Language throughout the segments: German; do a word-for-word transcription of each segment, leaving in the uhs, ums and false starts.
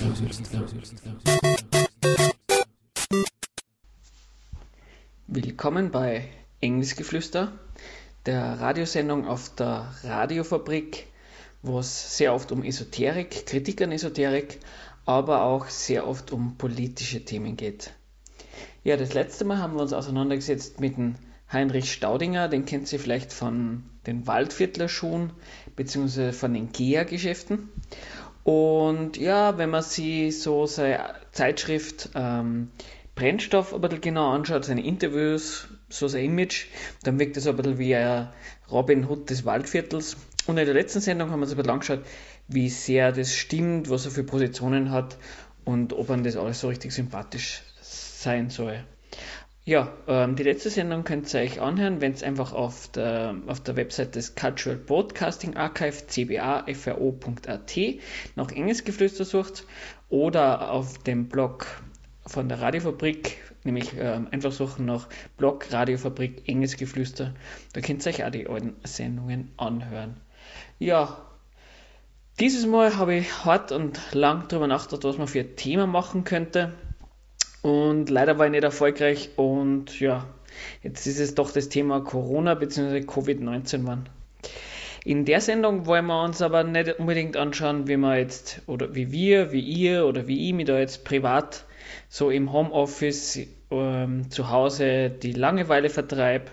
Willkommen bei Engelsgeflüster, der Radiosendung auf der Radiofabrik, wo es sehr oft um Esoterik, Kritik an Esoterik, aber auch sehr oft um politische Themen geht. Ja, das letzte Mal haben wir uns auseinandergesetzt mit dem Heinrich Staudinger, den kennt ihr vielleicht von den Waldviertler-Schuhen bzw. von den G E A-Geschäften. Und ja, wenn man sich so seine Zeitschrift ähm, Brennstoff ein bisschen genau anschaut, seine Interviews, so sein Image, dann wirkt es ein bisschen wie ein Robin Hood des Waldviertels. Und in der letzten Sendung haben wir uns ein bisschen angeschaut, wie sehr das stimmt, was er für Positionen hat und ob einem das alles so richtig sympathisch sein soll. Ja, ähm, die letzte Sendung könnt ihr euch anhören, wenn es einfach auf der, auf der Website des Cultural Broadcasting Archive c b a f r o punkt a t nach Engelsgeflüster sucht oder auf dem Blog von der Radiofabrik, nämlich ähm, einfach suchen nach Blog Radiofabrik Engelsgeflüster. Da könnt ihr euch auch die alten Sendungen anhören. Ja, dieses Mal habe ich hart und lang darüber nachgedacht, was man für ein Thema machen könnte. Und leider war ich nicht erfolgreich und ja, jetzt ist es doch das Thema Corona bzw. Covid neunzehn geworden. In der Sendung wollen wir uns aber nicht unbedingt anschauen, wie wir jetzt, oder wie wir, wie ihr oder wie ich mich da jetzt privat so im Homeoffice ähm, zu Hause die Langeweile vertreibe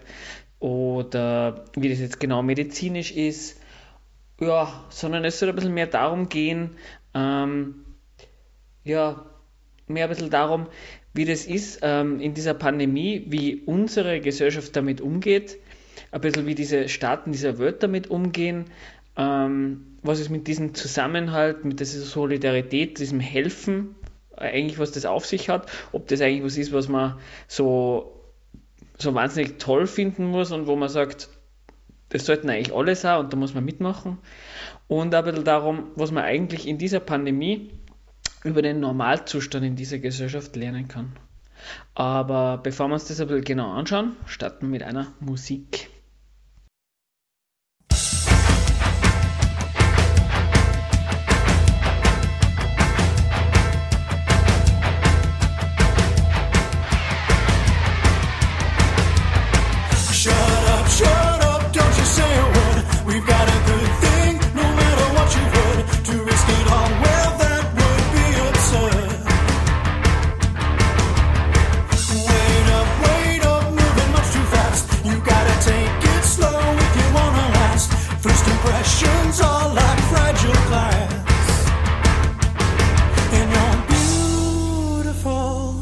oder wie das jetzt genau medizinisch ist. Ja, sondern es soll ein bisschen mehr darum gehen, ähm, ja, mehr ein bisschen darum, wie das ist ähm, in dieser Pandemie, wie unsere Gesellschaft damit umgeht, ein bisschen wie diese Staaten dieser Welt damit umgehen, ähm, was es mit diesem Zusammenhalt, mit dieser Solidarität, diesem Helfen, äh, eigentlich was das auf sich hat, ob das eigentlich was ist, was man so, so wahnsinnig toll finden muss und wo man sagt, das sollten eigentlich alle sein und da muss man mitmachen. Und ein bisschen darum, was man eigentlich in dieser Pandemie über den Normalzustand in dieser Gesellschaft lernen kann. Aber bevor wir uns das ein bisschen genau anschauen, starten wir mit einer Musik. Shut up, shut up, don't you say a word. We've got a good thing, no matter what you heard. To risk it all, well, that would be absurd. Wait up, wait up, moving much too fast. You gotta take it slow if you wanna last. First impressions are like fragile glass. And you're beautiful,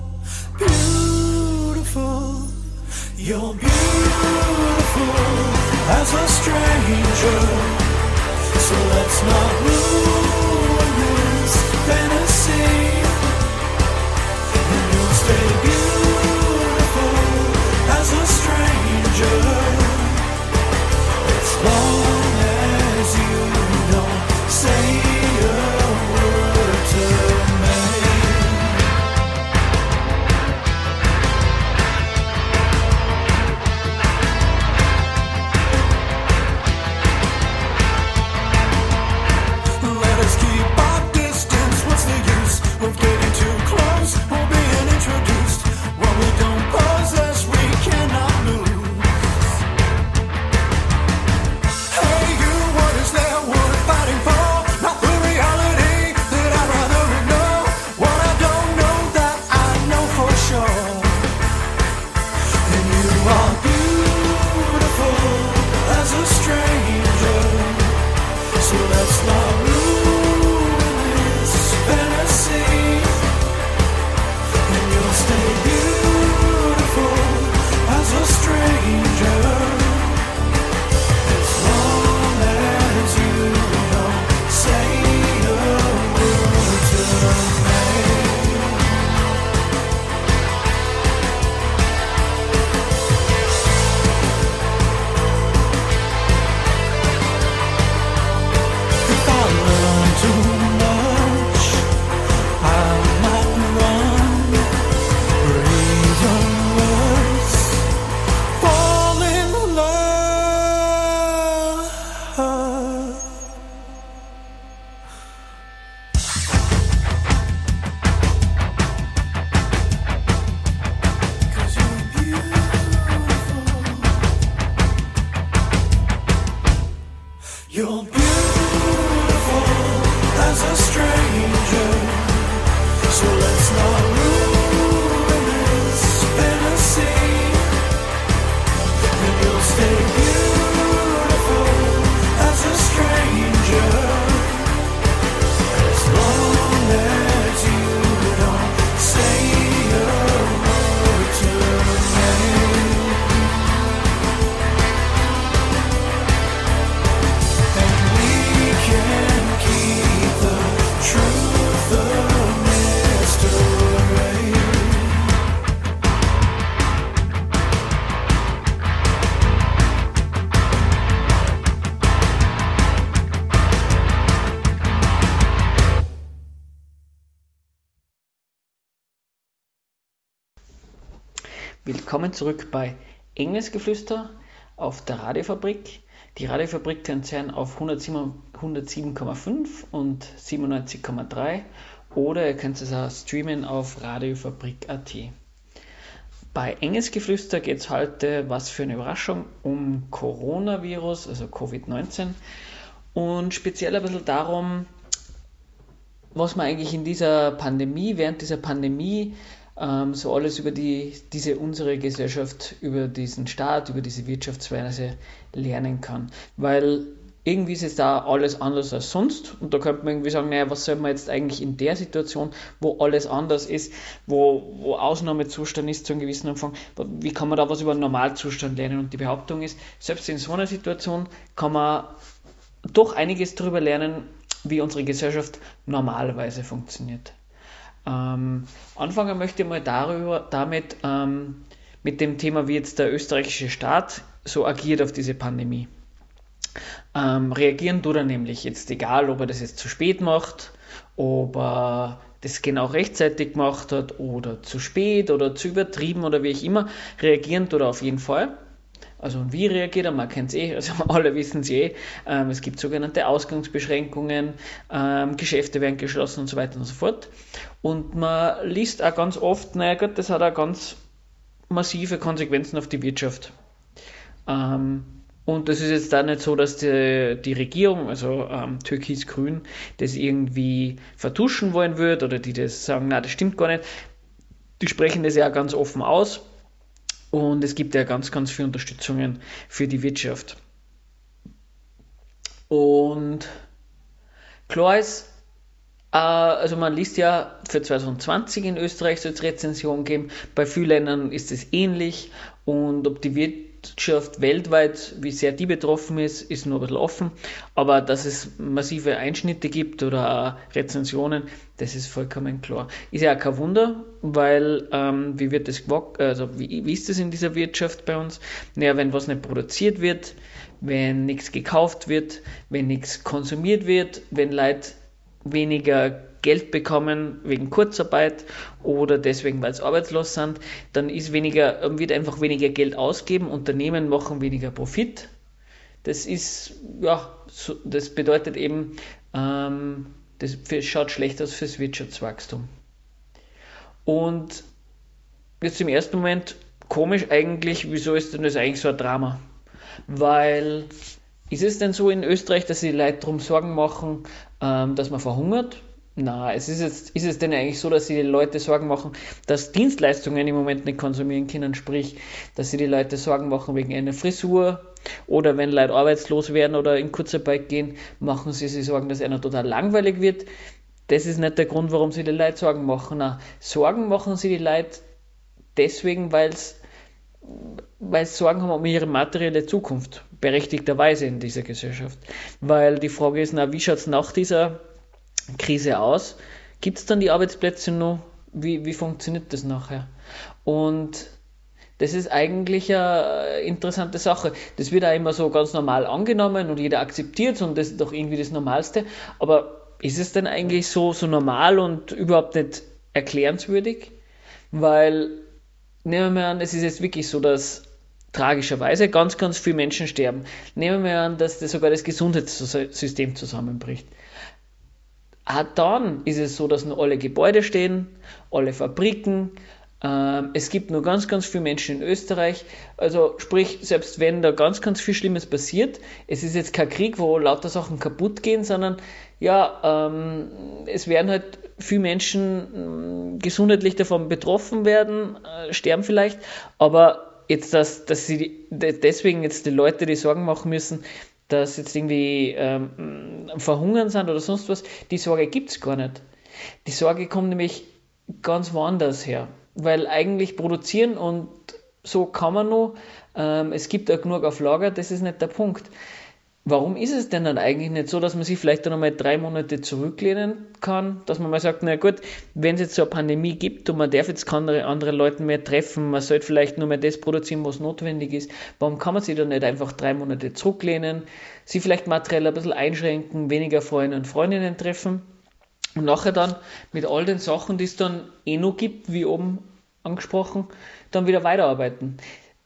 beautiful. You're beautiful as a stranger. So let's not ruin this fantasy. And you'll stay beautiful as a stranger, as long as you don't say a word to me. Let us keep our distance, what's the use of getting too close or being introduced? What we don't possess, we cannot lose. You're beautiful as a stranger, so let's not ruin this fantasy. And you'll stay beautiful as a stranger, as long as you don't say a word to me. And we can keep the truth a mystery. Willkommen zurück bei Engelsgeflüster auf der Radiofabrik. Die Radiofabrik könnt ihr hören auf hundertsieben Komma fünf und siebenundneunzig Komma drei oder ihr könnt es auch streamen auf radiofabrik Punkt at. Bei Engelsgeflüster geht es heute, was für eine Überraschung, um Coronavirus, also Covid neunzehn, und speziell ein bisschen darum, was man eigentlich in dieser Pandemie, während dieser Pandemie ähm, so alles über die, diese unsere Gesellschaft, über diesen Staat, über diese Wirtschaftsweise lernen kann. Weil irgendwie ist jetzt da alles anders als sonst und da könnte man irgendwie sagen, naja, was soll man jetzt eigentlich in der Situation, wo alles anders ist, wo, wo Ausnahmezustand ist zu einem gewissen Umfang, wie kann man da was über einen Normalzustand lernen? Und die Behauptung ist, selbst in so einer Situation kann man doch einiges darüber lernen, wie unsere Gesellschaft normalerweise funktioniert. Ähm, anfangen möchte ich mal darüber, damit ähm, mit dem Thema, wie jetzt der österreichische Staat so agiert auf diese Pandemie. Ähm, reagieren tut er nämlich jetzt, egal ob er das jetzt zu spät macht, ob er das genau rechtzeitig gemacht hat oder zu spät oder zu übertrieben oder wie auch immer, reagieren tut er auf jeden Fall. Also und wie reagiert er? Man kennt es eh, also alle wissen es eh. Ähm, es gibt sogenannte Ausgangsbeschränkungen, ähm, Geschäfte werden geschlossen und so weiter und so fort. Und man liest auch ganz oft, naja Gott, das hat auch ganz massive Konsequenzen auf die Wirtschaft. Ähm, und das ist jetzt da nicht so, dass die, die Regierung, also ähm, Türkis-Grün, das irgendwie vertuschen wollen wird oder die das sagen, na das stimmt gar nicht. Die sprechen das ja auch ganz offen aus. Und es gibt ja ganz, ganz viele Unterstützungen für die Wirtschaft. Und klar ist, äh, also man liest ja für zwanzig zwanzig in Österreich soll es Rezension geben, bei vielen Ländern ist es ähnlich und ob die Wirtschaft weltweit, wie sehr die betroffen ist, ist nur ein bisschen offen, aber dass es massive Einschnitte gibt oder Rezensionen, das ist vollkommen klar. Ist ja auch kein Wunder, weil ähm, wie wird das gewagt, also wie, wie ist das in dieser Wirtschaft bei uns? Naja, wenn was nicht produziert wird, wenn nichts gekauft wird, wenn nichts konsumiert wird, wenn Leute weniger Geld bekommen wegen Kurzarbeit oder deswegen, weil sie arbeitslos sind, dann ist weniger, wird einfach weniger Geld ausgeben, Unternehmen machen weniger Profit. Das ist, ja, so, das bedeutet eben, ähm, das schaut schlecht aus fürs Wirtschaftswachstum. Und jetzt im ersten Moment komisch eigentlich, wieso ist denn das eigentlich so ein Drama? Weil, ist es denn so in Österreich, dass sich die Leute darum Sorgen machen, ähm, dass man verhungert? Na, es ist jetzt, ist es denn eigentlich so, dass sich die Leute Sorgen machen, dass Dienstleistungen im Moment nicht konsumieren können, sprich, dass sich die Leute Sorgen machen wegen einer Frisur oder wenn Leute arbeitslos werden oder in Kurzarbeit gehen, machen sie sich Sorgen, dass einer total langweilig wird. Das ist nicht der Grund, warum sie die Leute Sorgen machen. Na, Sorgen machen sie die Leute deswegen, weil sie Sorgen haben um ihre materielle Zukunft, berechtigterweise in dieser Gesellschaft. Weil die Frage ist, na, wie schaut es nach dieser Krise aus? Gibt es dann die Arbeitsplätze noch? Wie, wie funktioniert das nachher? Und das ist eigentlich eine interessante Sache. Das wird auch immer so ganz normal angenommen und jeder akzeptiert es und das ist doch irgendwie das Normalste. Aber ist es denn eigentlich so, so normal und überhaupt nicht erklärenswürdig? Weil, nehmen wir an, es ist jetzt wirklich so, dass tragischerweise ganz, ganz viele Menschen sterben. Nehmen wir an, dass das sogar das Gesundheitssystem zusammenbricht. Auch dann ist es so, dass nur alle Gebäude stehen, alle Fabriken, Ähm, es gibt nur ganz, ganz viele Menschen in Österreich. Also sprich, selbst wenn da ganz, ganz viel Schlimmes passiert, es ist jetzt kein Krieg, wo lauter Sachen kaputt gehen, sondern ja, ähm, es werden halt viele Menschen mh, gesundheitlich davon betroffen werden, äh, sterben vielleicht, aber jetzt, dass, dass sie deswegen jetzt die Leute die Sorgen machen müssen, dass jetzt irgendwie ähm, verhungern sind oder sonst was, die Sorge gibt es gar nicht. Die Sorge kommt nämlich ganz woanders her, weil eigentlich produzieren und so kann man noch, ähm, es gibt auch genug auf Lager, das ist nicht der Punkt. Warum ist es denn dann eigentlich nicht so, dass man sich vielleicht dann einmal drei Monate zurücklehnen kann, dass man mal sagt, na gut, wenn es jetzt so eine Pandemie gibt und man darf jetzt keine andere Leute mehr treffen, man sollte vielleicht nur mehr das produzieren, was notwendig ist, warum kann man sich dann nicht einfach drei Monate zurücklehnen, sich vielleicht materiell ein bisschen einschränken, weniger Freunde und Freundinnen treffen und nachher dann mit all den Sachen, die es dann eh noch gibt, wie oben angesprochen, dann wieder weiterarbeiten.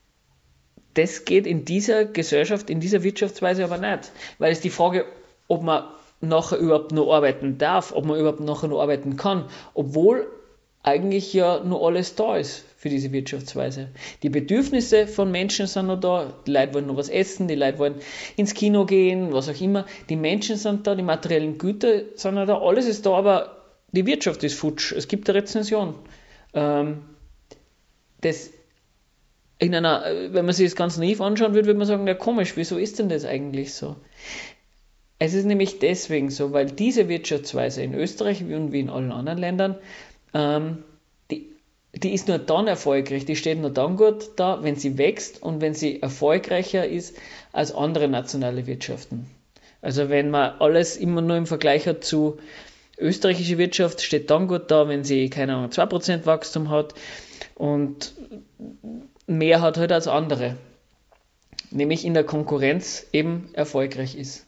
Das geht in dieser Gesellschaft, in dieser Wirtschaftsweise aber nicht. Weil es die Frage, ob man nachher überhaupt noch arbeiten darf, ob man überhaupt nachher noch arbeiten kann, obwohl eigentlich ja noch alles da ist für diese Wirtschaftsweise. Die Bedürfnisse von Menschen sind noch da, die Leute wollen noch was essen, die Leute wollen ins Kino gehen, was auch immer. Die Menschen sind da, die materiellen Güter sind noch da, alles ist da, aber die Wirtschaft ist futsch. Es gibt eine Rezession. Ähm, das In einer, wenn man sich das ganz naiv anschauen würde, würde man sagen, ja komisch, wieso ist denn das eigentlich so? Es ist nämlich deswegen so, weil diese Wirtschaftsweise in Österreich und wie in allen anderen Ländern, ähm, die, die ist nur dann erfolgreich, die steht nur dann gut da, wenn sie wächst und wenn sie erfolgreicher ist als andere nationale Wirtschaften. Also wenn man alles immer nur im Vergleich hat zu österreichischer Wirtschaft, steht dann gut da, wenn sie, keine Ahnung, zwei Prozent Wachstum hat und mehr hat halt als andere, nämlich in der Konkurrenz eben erfolgreich ist.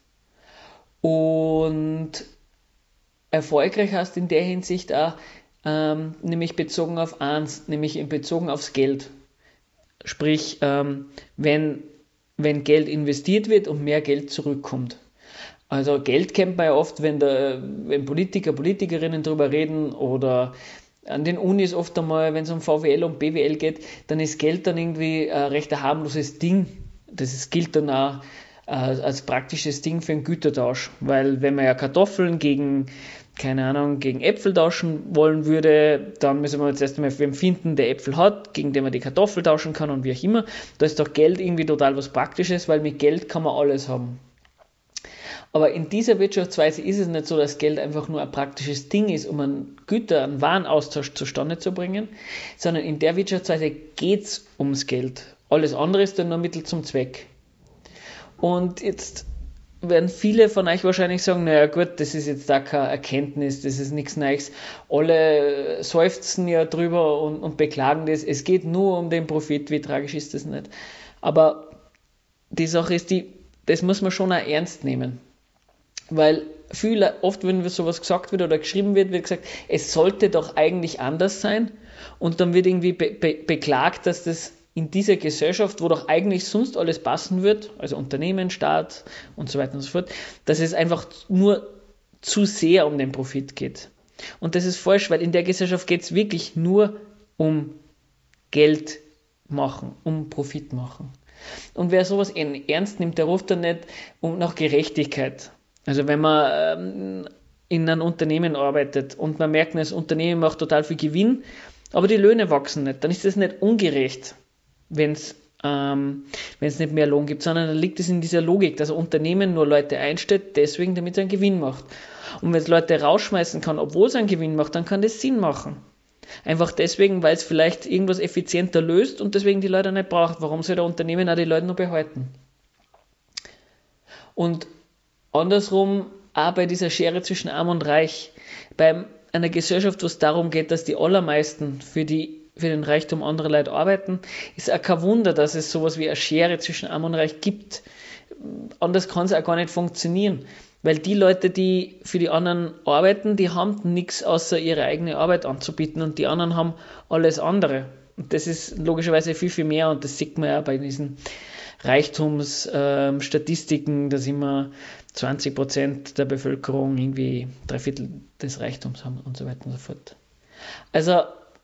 Und erfolgreich heißt in der Hinsicht auch, ähm, nämlich bezogen auf eins, nämlich bezogen aufs Geld. Sprich, ähm, wenn, wenn Geld investiert wird und mehr Geld zurückkommt. Also Geld kennt man ja oft, wenn, der, wenn Politiker, Politikerinnen drüber reden oder an den Unis oft einmal, wenn es um V W L und B W L geht, dann ist Geld dann irgendwie ein recht ein harmloses Ding. Das ist, gilt dann auch äh, als praktisches Ding für einen Gütertausch. Weil wenn man ja Kartoffeln gegen, keine Ahnung, gegen Äpfel tauschen wollen würde, dann müssen wir jetzt erst einmal wen finden, der Äpfel hat, gegen den man die Kartoffel tauschen kann und wie auch immer. Da ist doch Geld irgendwie total was Praktisches, weil mit Geld kann man alles haben. Aber in dieser Wirtschaftsweise ist es nicht so, dass Geld einfach nur ein praktisches Ding ist, um einen Güter-, einen Warenaustausch zustande zu bringen, sondern in der Wirtschaftsweise geht es ums Geld. Alles andere ist dann nur Mittel zum Zweck. Und jetzt werden viele von euch wahrscheinlich sagen, naja gut, das ist jetzt da keine Erkenntnis, das ist nichts Neues. Alle seufzen ja drüber und, und beklagen das. Es geht nur um den Profit, wie tragisch ist das nicht. Aber die Sache ist, die, das muss man schon auch ernst nehmen. Weil viele, oft, wenn sowas gesagt wird oder geschrieben wird, wird gesagt, es sollte doch eigentlich anders sein. Und dann wird irgendwie be- be- beklagt, dass das in dieser Gesellschaft, wo doch eigentlich sonst alles passen wird, also Unternehmen, Staat und so weiter und so fort, dass es einfach nur zu sehr um den Profit geht. Und das ist falsch, weil in der Gesellschaft geht es wirklich nur um Geld machen, um Profit machen. Und wer sowas ernst nimmt, der ruft dann nicht um nach Gerechtigkeit. Also wenn man ähm, in einem Unternehmen arbeitet und man merkt, das Unternehmen macht total viel Gewinn, aber die Löhne wachsen nicht, dann ist das nicht ungerecht, wenn es ähm, wenn es nicht mehr Lohn gibt, sondern dann liegt es in dieser Logik, dass ein Unternehmen nur Leute einstellt, deswegen, damit es einen Gewinn macht. Und wenn es Leute rausschmeißen kann, obwohl es einen Gewinn macht, dann kann das Sinn machen. Einfach deswegen, weil es vielleicht irgendwas effizienter löst und deswegen die Leute nicht braucht. Warum soll der Unternehmen auch die Leute noch behalten? Und andersrum, auch bei dieser Schere zwischen Arm und Reich, bei einer Gesellschaft, wo es darum geht, dass die allermeisten für, die, für den Reichtum anderer Leute arbeiten, ist auch kein Wunder, dass es sowas wie eine Schere zwischen Arm und Reich gibt. Anders kann es auch gar nicht funktionieren, weil die Leute, die für die anderen arbeiten, die haben nichts außer ihre eigene Arbeit anzubieten und die anderen haben alles andere. Und das ist logischerweise viel, viel mehr und das sieht man ja bei diesen Reichtumsstatistiken, äh, dass immer zwanzig Prozent der Bevölkerung irgendwie drei Viertel des Reichtums haben und so weiter und so fort. Also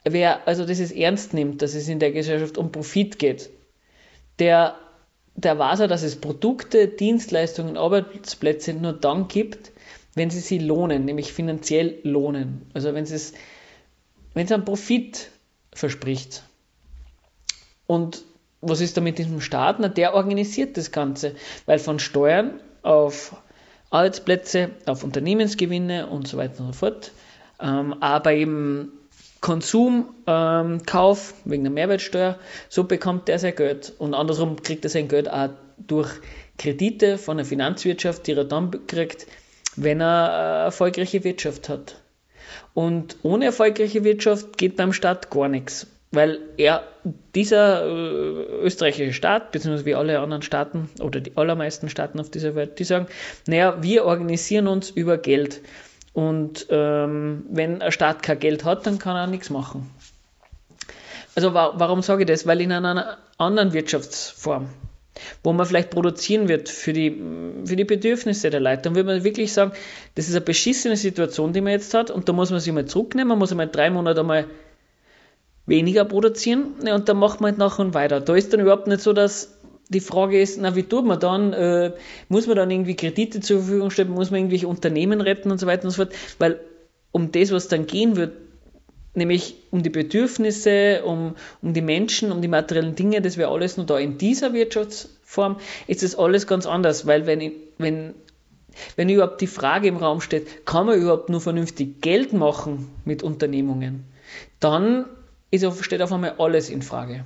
wer also das ist ernst nimmt, dass es in der Gesellschaft um Profit geht, der, der weiß auch, dass es Produkte, Dienstleistungen, Arbeitsplätze nur dann gibt, wenn sie sich lohnen, nämlich finanziell lohnen. Also wenn es, wenn es einen Profit verspricht. Und was ist da mit diesem Staat? Na, der organisiert das Ganze, weil von Steuern auf Arbeitsplätze, auf Unternehmensgewinne und so weiter und so fort, ähm, aber eben Konsum, ähm, Kauf wegen der Mehrwertsteuer, so bekommt er sein Geld. Und andersrum kriegt er sein Geld auch durch Kredite von der Finanzwirtschaft, die er dann kriegt, wenn er eine erfolgreiche Wirtschaft hat. Und ohne erfolgreiche Wirtschaft geht beim Staat gar nichts, weil er, dieser äh, österreichische Staat, beziehungsweise wie alle anderen Staaten oder die allermeisten Staaten auf dieser Welt, die sagen, naja, wir organisieren uns über Geld. Und ähm, wenn ein Staat kein Geld hat, dann kann er nichts machen. Also wa- warum sage ich das? Weil in einer anderen Wirtschaftsform, wo man vielleicht produzieren wird für die, für die Bedürfnisse der Leute, dann würde man wirklich sagen, das ist eine beschissene Situation, die man jetzt hat, und da muss man sich mal zurücknehmen, man muss einmal drei Monate einmal weniger produzieren, ja, und dann macht man halt nachher weiter. Da ist dann überhaupt nicht so, dass die Frage ist, na, wie tut man dann? Äh, muss man dann irgendwie Kredite zur Verfügung stellen? Muss man irgendwelche Unternehmen retten und so weiter und so fort? Weil um das, was dann gehen wird, nämlich um die Bedürfnisse, um, um die Menschen, um die materiellen Dinge, das wäre alles nur da. In dieser Wirtschaftsform ist das alles ganz anders, weil wenn, wenn, wenn überhaupt die Frage im Raum steht, kann man überhaupt nur vernünftig Geld machen mit Unternehmungen, dann ist auf, steht auf einmal alles in Frage.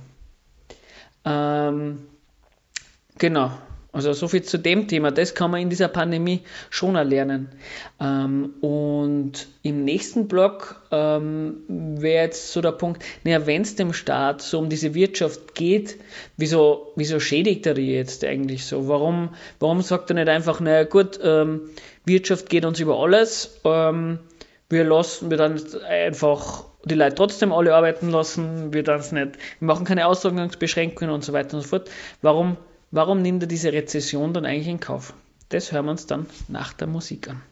Ähm, genau. Also so viel zu dem Thema, das kann man in dieser Pandemie schon erlernen. Ähm, und im nächsten Blog ähm, wäre jetzt so der Punkt, naja, wenn es dem Staat so um diese Wirtschaft geht, wieso, wieso schädigt er die jetzt eigentlich so? Warum, warum sagt er nicht einfach, naja gut, ähm, Wirtschaft geht uns über alles, ähm, wir lassen wir dann einfach die Leute trotzdem alle arbeiten lassen, wir, nicht, wir machen keine Ausgangsbeschränkungen und so weiter und so fort. Warum Warum nimmt er diese Rezession dann eigentlich in Kauf? Das hören wir uns dann nach der Musik an.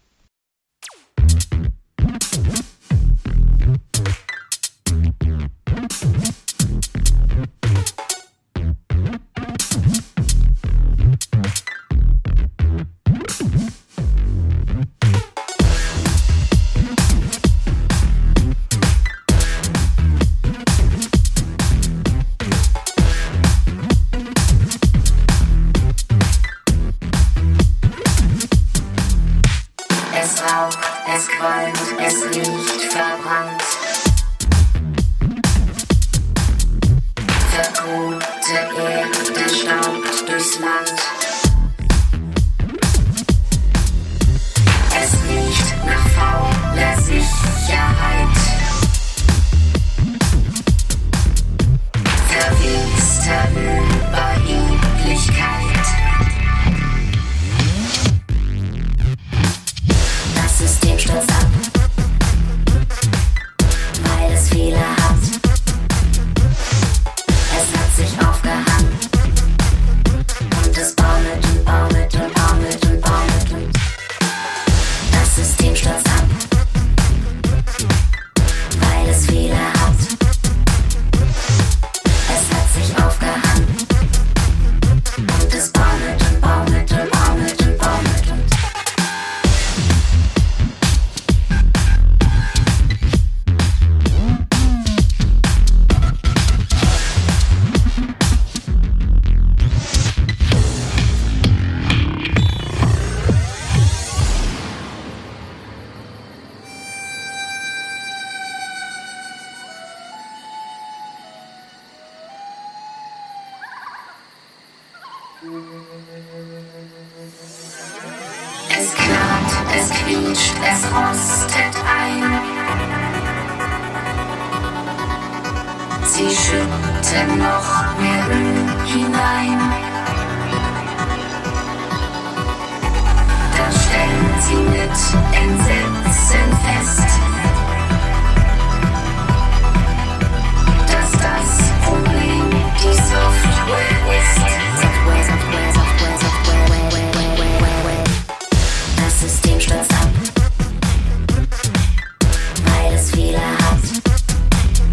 Es knarrt, es quietscht, es rostet ein. Sie schütten noch mehr Öl hinein. Dann stellen sie mit Entsetzen fest, dass das Problem die Software ist. Das System stürzt ab, weil es Fehler hat.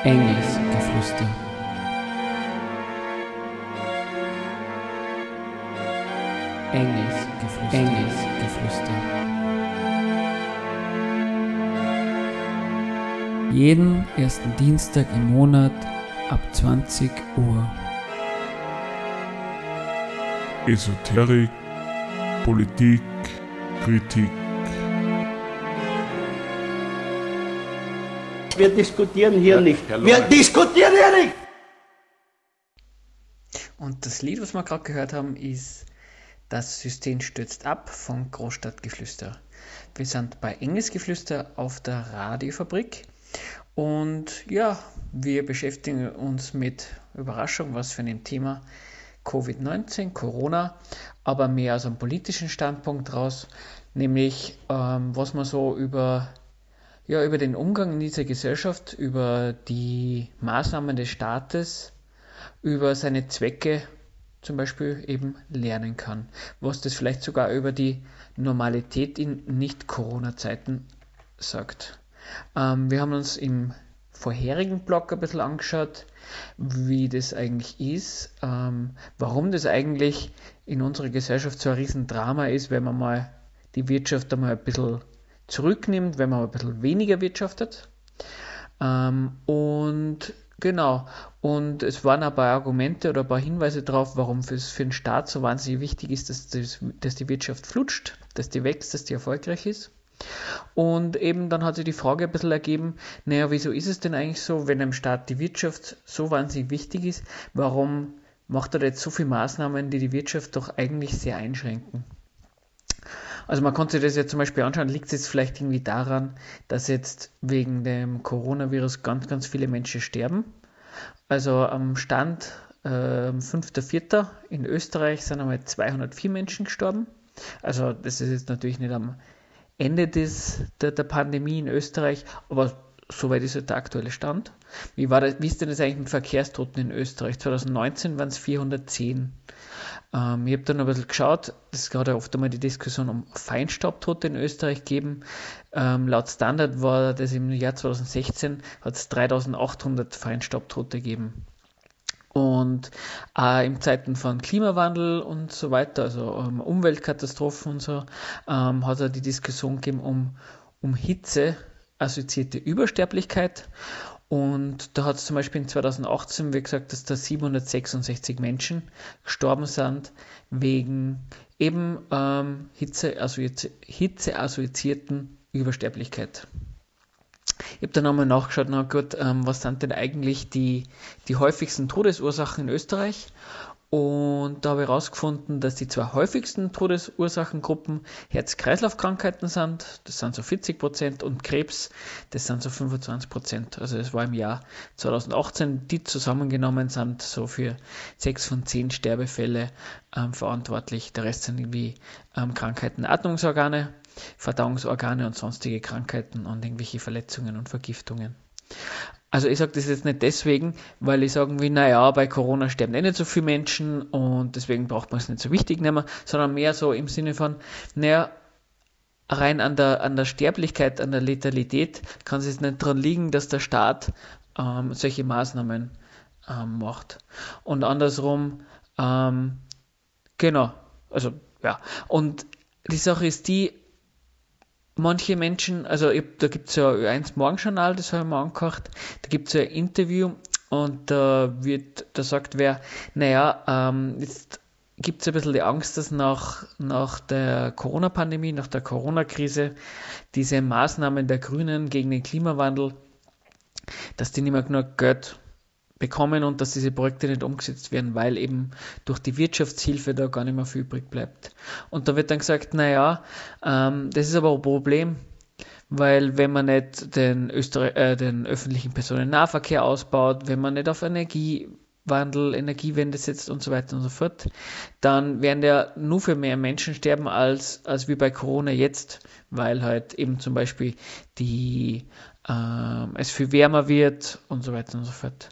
Engelsgeflüster. Engelsgeflüster. Engelsgeflüster. Jeden ersten Dienstag im Monat ab zwanzig Uhr. Esoterik, Politik, Kritik. Wir diskutieren hier nicht. Wir diskutieren hier nicht! Und das Lied, was wir gerade gehört haben, ist Das System stürzt ab von Großstadtgeflüster. Wir sind bei Engelsgeflüster auf der Radiofabrik und ja, wir beschäftigen uns mit Überraschung, was für ein Thema, Covid neunzehn, Corona, aber mehr aus einem politischen Standpunkt raus, nämlich ähm, was man so über, ja, über den Umgang in dieser Gesellschaft, über die Maßnahmen des Staates, über seine Zwecke zum Beispiel eben lernen kann, was das vielleicht sogar über die Normalität in Nicht-Corona-Zeiten sagt. Ähm, wir haben uns im vorherigen Blog ein bisschen angeschaut, wie das eigentlich ist, ähm, warum das eigentlich in unserer Gesellschaft so ein Riesendrama ist, wenn man mal die Wirtschaft einmal ein bisschen zurücknimmt, wenn man ein bisschen weniger wirtschaftet. Ähm, und genau, und es waren ein paar Argumente oder ein paar Hinweise darauf, warum es für den Staat so wahnsinnig wichtig ist, dass, das, dass die Wirtschaft flutscht, dass die wächst, dass die erfolgreich ist. Und eben dann hat sich die Frage ein bisschen ergeben, naja, wieso ist es denn eigentlich so, wenn dem Staat die Wirtschaft so wahnsinnig wichtig ist, warum macht er da jetzt so viele Maßnahmen, die die Wirtschaft doch eigentlich sehr einschränken? Also man konnte sich das ja zum Beispiel anschauen, liegt es jetzt vielleicht irgendwie daran, dass jetzt wegen dem Coronavirus ganz, ganz viele Menschen sterben. Also am Stand äh, fünfter vierter in Österreich sind einmal zweihundertvier Menschen gestorben. Also das ist jetzt natürlich nicht am Ende des, der, der Pandemie in Österreich, aber soweit ist halt der aktuelle Stand. Wie, war das, wie ist denn das eigentlich mit Verkehrstoten in Österreich? zwanzig neunzehn waren es vierhundertzehn. Ähm, ich habe dann ein bisschen geschaut, es hat ja oft einmal die Diskussion um Feinstaubtote in Österreich gegeben. Ähm, laut Standard war das im Jahr zwanzig sechzehn, hat es dreitausendachthundert Feinstaubtote gegeben. Und äh, in Zeiten von Klimawandel und so weiter, also ähm, Umweltkatastrophen und so, ähm, hat es die Diskussion gegeben um, um Hitze assoziierte Übersterblichkeit. Und da hat es zum Beispiel in zwanzig achtzehn, wie gesagt, dass da siebenhundertsechsundsechzig Menschen gestorben sind wegen eben ähm, Hitze-assoziierten Übersterblichkeit. Ich habe dann nochmal nachgeschaut, na gut, ähm, was sind denn eigentlich die, die häufigsten Todesursachen in Österreich? Und da habe ich herausgefunden, dass die zwei häufigsten Todesursachengruppen Herz-Kreislauf-Krankheiten sind, das sind so vierzig Prozent, und Krebs, das sind so fünfundzwanzig Prozent. Also das war im Jahr zwanzig achtzehn, die zusammengenommen sind so für sechs von zehn Sterbefälle ähm, verantwortlich. Der Rest sind irgendwie ähm, Krankheiten der Atmungsorgane, Verdauungsorgane und sonstige Krankheiten und irgendwelche Verletzungen und Vergiftungen. Also ich sage das jetzt nicht deswegen, weil ich sagen will, naja, bei Corona sterben eh nicht so viele Menschen und deswegen braucht man es nicht so wichtig nehmen, sondern mehr so im Sinne von, naja, rein an der, an der Sterblichkeit, an der Letalität kann es jetzt nicht daran liegen, dass der Staat ähm, solche Maßnahmen ähm, macht. Und andersrum, ähm, genau, also ja, und die Sache ist die, manche Menschen, also ich, da gibt es ja Ö eins Morgenjournal, das habe ich mir angehört, da gibt es ja ein Interview und da wird, da sagt wer, naja, ähm, jetzt gibt es ein bisschen die Angst, dass nach, nach der Corona-Pandemie, nach der Corona-Krise, diese Maßnahmen der Grünen gegen den Klimawandel, dass die nicht mehr genug Geld bekommen und dass diese Projekte nicht umgesetzt werden, weil eben durch die Wirtschaftshilfe da gar nicht mehr viel übrig bleibt. Und da wird dann gesagt, naja, ähm, das ist aber ein Problem, weil wenn man nicht den, Öster- äh, den öffentlichen Personennahverkehr ausbaut, wenn man nicht auf Energiewandel, Energiewende setzt und so weiter und so fort, dann werden ja nur für mehr Menschen sterben als, als wie bei Corona jetzt, weil halt eben zum Beispiel die, äh, es viel wärmer wird und so weiter und so fort.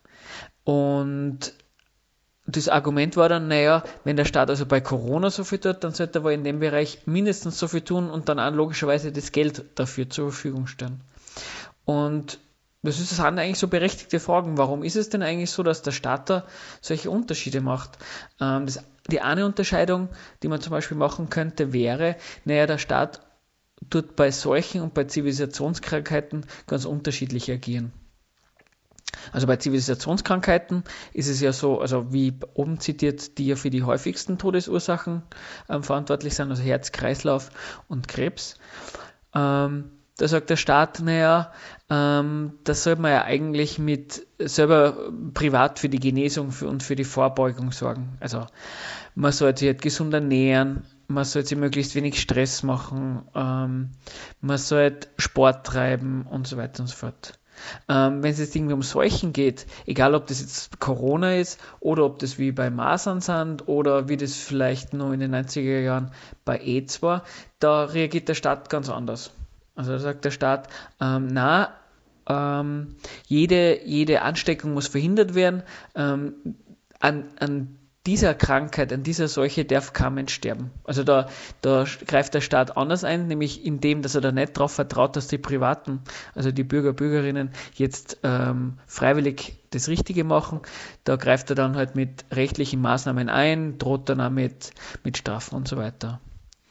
Und das Argument war dann, naja, wenn der Staat also bei Corona so viel tut, dann sollte er wohl in dem Bereich mindestens so viel tun und dann auch logischerweise das Geld dafür zur Verfügung stellen. Und das ist, das sind eigentlich so berechtigte Fragen. Warum ist es denn eigentlich so, dass der Staat da solche Unterschiede macht? Ähm, das, die eine Unterscheidung, die man zum Beispiel machen könnte, wäre, naja, der Staat tut bei Seuchen und bei Zivilisationskrankheiten ganz unterschiedlich agieren. Also bei Zivilisationskrankheiten ist es ja so, also wie oben zitiert, die ja für die häufigsten Todesursachen ähm, verantwortlich sind, also Herz, Kreislauf und Krebs. Ähm, da sagt der Staat, naja, ähm, das soll man ja eigentlich mit selber privat für die Genesung für, und für die Vorbeugung sorgen. Also man sollte sich halt gesund ernähren, man sollte sich möglichst wenig Stress machen, ähm, man sollte Sport treiben und so weiter und so fort. Ähm, wenn es jetzt irgendwie um Seuchen geht, egal ob das jetzt Corona ist oder ob das wie bei Masern sind oder wie das vielleicht noch in den neunziger Jahren bei AIDS war, da reagiert der Staat ganz anders. Also da sagt der Staat, ähm, na, ähm, jede, jede Ansteckung muss verhindert werden, ähm, an, an dieser Krankheit, an dieser Seuche darf kein Mensch sterben. Also da, da greift der Staat anders ein, nämlich indem, dass er da nicht darauf vertraut, dass die Privaten, also die Bürger, Bürgerinnen jetzt ähm, freiwillig das Richtige machen. Da greift er dann halt mit rechtlichen Maßnahmen ein, droht dann auch mit, mit Strafen und so weiter.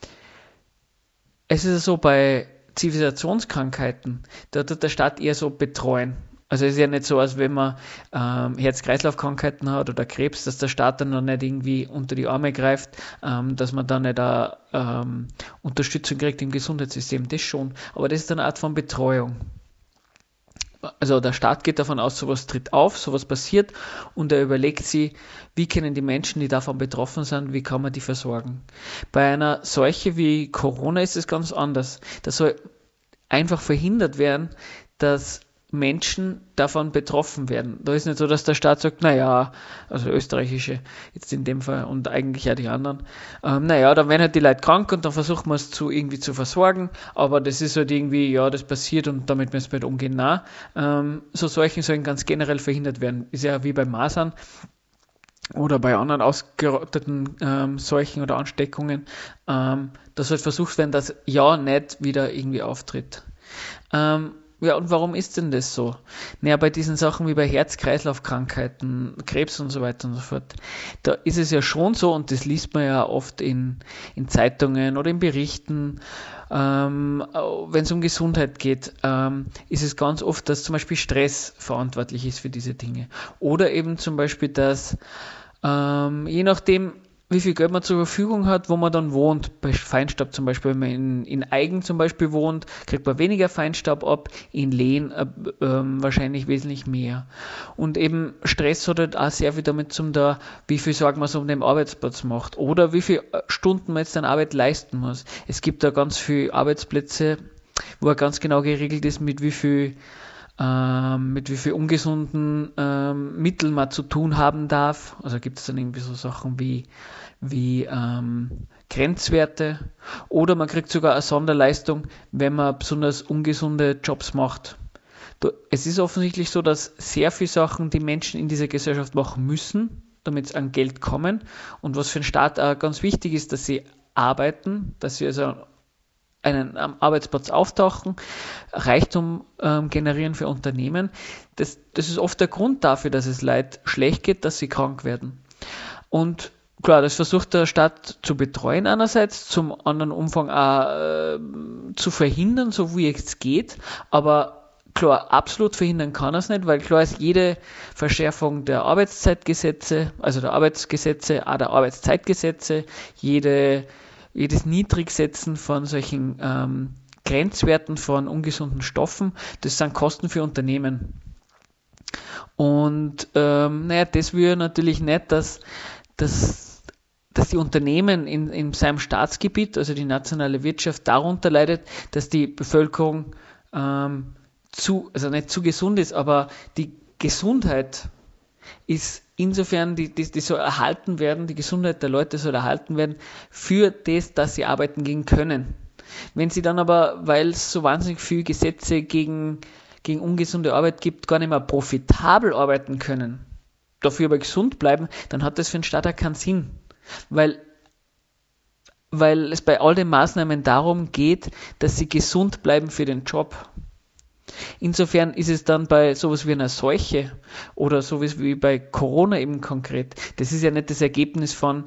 Es ist so, bei Zivilisationskrankheiten, da tut der Staat eher so betreuen. Also es ist ja nicht so, als wenn man ähm, Herz-Kreislauf-Krankheiten hat oder Krebs, dass der Staat dann noch nicht irgendwie unter die Arme greift, ähm, dass man dann nicht da ähm, Unterstützung kriegt im Gesundheitssystem, das schon. Aber das ist eine Art von Betreuung. Also der Staat geht davon aus, sowas tritt auf, sowas passiert und er überlegt sich, wie können die Menschen, die davon betroffen sind, wie kann man die versorgen. Bei einer Seuche wie Corona ist es ganz anders. Da soll einfach verhindert werden, dass Menschen davon betroffen werden. Da ist nicht so, dass der Staat sagt, naja, also der österreichische jetzt in dem Fall und eigentlich auch die anderen, ähm, naja, dann werden halt die Leute krank und dann versucht man es zu, irgendwie zu versorgen, aber das ist halt irgendwie, ja, das passiert und damit müssen wir halt umgehen. Nein, ähm, so Seuchen sollen ganz generell verhindert werden. Ist ja wie bei Masern oder bei anderen ausgerotteten ähm, Seuchen oder Ansteckungen, ähm, dass halt versucht werden, dass ja nicht wieder irgendwie auftritt. Ähm, Ja, und warum ist denn das so? Naja, bei diesen Sachen wie bei Herz-Kreislauf-Krankheiten, Krebs und so weiter und so fort, da ist es ja schon so, und das liest man ja oft in, in Zeitungen oder in Berichten, ähm, wenn es um Gesundheit geht, ähm, ist es ganz oft, dass zum Beispiel Stress verantwortlich ist für diese Dinge. Oder eben zum Beispiel, dass ähm, je nachdem, wie viel Geld man zur Verfügung hat, wo man dann wohnt. Bei Feinstaub zum Beispiel, wenn man in, in Eigen zum Beispiel wohnt, kriegt man weniger Feinstaub ab, in Lehn äh, äh, wahrscheinlich wesentlich mehr. Und eben Stress hat halt auch sehr viel damit zu tun, da, wie viel Sorgen man so um den Arbeitsplatz macht oder wie viele Stunden man jetzt an Arbeit leisten muss. Es gibt da ganz viele Arbeitsplätze, wo ganz genau geregelt ist, mit wie viel Ähm, mit wie viel ungesunden ähm, Mitteln man zu tun haben darf. Also gibt es dann irgendwie so Sachen wie, wie ähm, Grenzwerte oder man kriegt sogar eine Sonderleistung, wenn man besonders ungesunde Jobs macht. Es ist offensichtlich so, dass sehr viele Sachen die Menschen in dieser Gesellschaft machen müssen, damit sie an Geld kommen, und was für den Staat auch ganz wichtig ist, dass sie arbeiten, dass sie also einen am Arbeitsplatz auftauchen, Reichtum ähm, generieren für Unternehmen. Das, das ist oft der Grund dafür, dass es Leuten schlecht geht, dass sie krank werden. Und klar, das versucht der Staat zu betreuen einerseits, zum anderen Umfang auch äh, zu verhindern, so wie es geht, aber klar, absolut verhindern kann er es nicht, weil klar ist, jede Verschärfung der Arbeitszeitgesetze, also der Arbeitsgesetze, auch der Arbeitszeitgesetze, jede jedes Niedrigsetzen von solchen ähm, Grenzwerten von ungesunden Stoffen, das sind Kosten für Unternehmen. Und ähm, naja, das will natürlich nicht, dass, dass, dass die Unternehmen in, in seinem Staatsgebiet, also die nationale Wirtschaft, darunter leidet, dass die Bevölkerung ähm, zu, also nicht zu gesund ist, aber die Gesundheit ist insofern, die, die, die soll erhalten werden, die Gesundheit der Leute soll erhalten werden für das, dass sie arbeiten gehen können. Wenn sie dann aber, weil es so wahnsinnig viele Gesetze gegen, gegen ungesunde Arbeit gibt, gar nicht mehr profitabel arbeiten können, dafür aber gesund bleiben, dann hat das für den Staat auch keinen Sinn. Weil, weil es bei all den Maßnahmen darum geht, dass sie gesund bleiben für den Job. insofern ist es dann bei sowas wie einer Seuche oder sowas wie bei Corona eben konkret, das ist ja nicht das Ergebnis von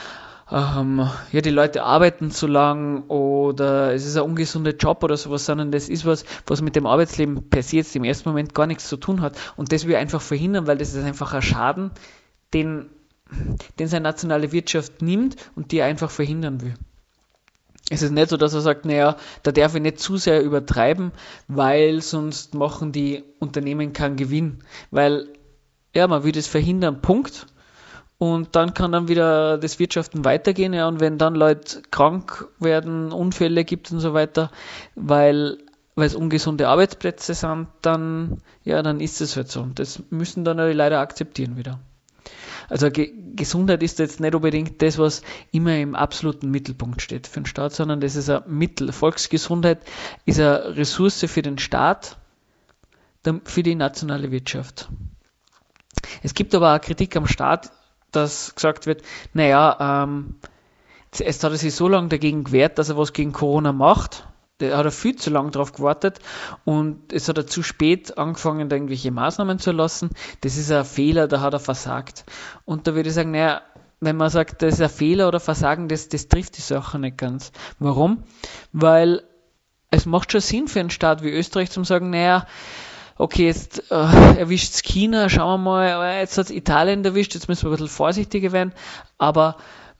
ähm, ja, die Leute arbeiten zu lang oder es ist ein ungesunder Job oder sowas, sondern das ist was, was mit dem Arbeitsleben per se jetzt im ersten Moment gar nichts zu tun hat. Und das will ich einfach verhindern, weil das ist einfach ein Schaden, den, den seine nationale Wirtschaft nimmt und die er einfach verhindern will. Es ist nicht so, dass er sagt, naja, da darf ich nicht zu sehr übertreiben, weil sonst machen die Unternehmen keinen Gewinn. Weil, ja, man will das verhindern, Punkt. Und dann kann dann wieder das Wirtschaften weitergehen, ja, und wenn dann Leute krank werden, Unfälle gibt und so weiter, weil, weil es ungesunde Arbeitsplätze sind, dann, ja, dann ist es halt so. Und das müssen dann leider akzeptieren wieder. Also Ge- Gesundheit ist jetzt nicht unbedingt das, was immer im absoluten Mittelpunkt steht für den Staat, sondern das ist ein Mittel. Volksgesundheit ist eine Ressource für den Staat, für die nationale Wirtschaft. Es gibt aber auch Kritik am Staat, dass gesagt wird, naja, ähm, jetzt hat er sich so lange dagegen gewehrt, dass er was gegen Corona macht. Da hat er viel zu lange drauf gewartet und es hat er zu spät angefangen, da irgendwelche Maßnahmen zu erlassen. Das ist ein Fehler, da hat er versagt. Und da würde ich sagen, naja, wenn man sagt, das ist ein Fehler oder Versagen, das, das trifft die Sache nicht ganz. Warum? Weil es macht schon Sinn für einen Staat wie Österreich zu sagen, naja, okay, jetzt äh, erwischt es China, schauen wir mal, jetzt hat es Italien erwischt, jetzt müssen wir ein bisschen vorsichtiger werden, aber,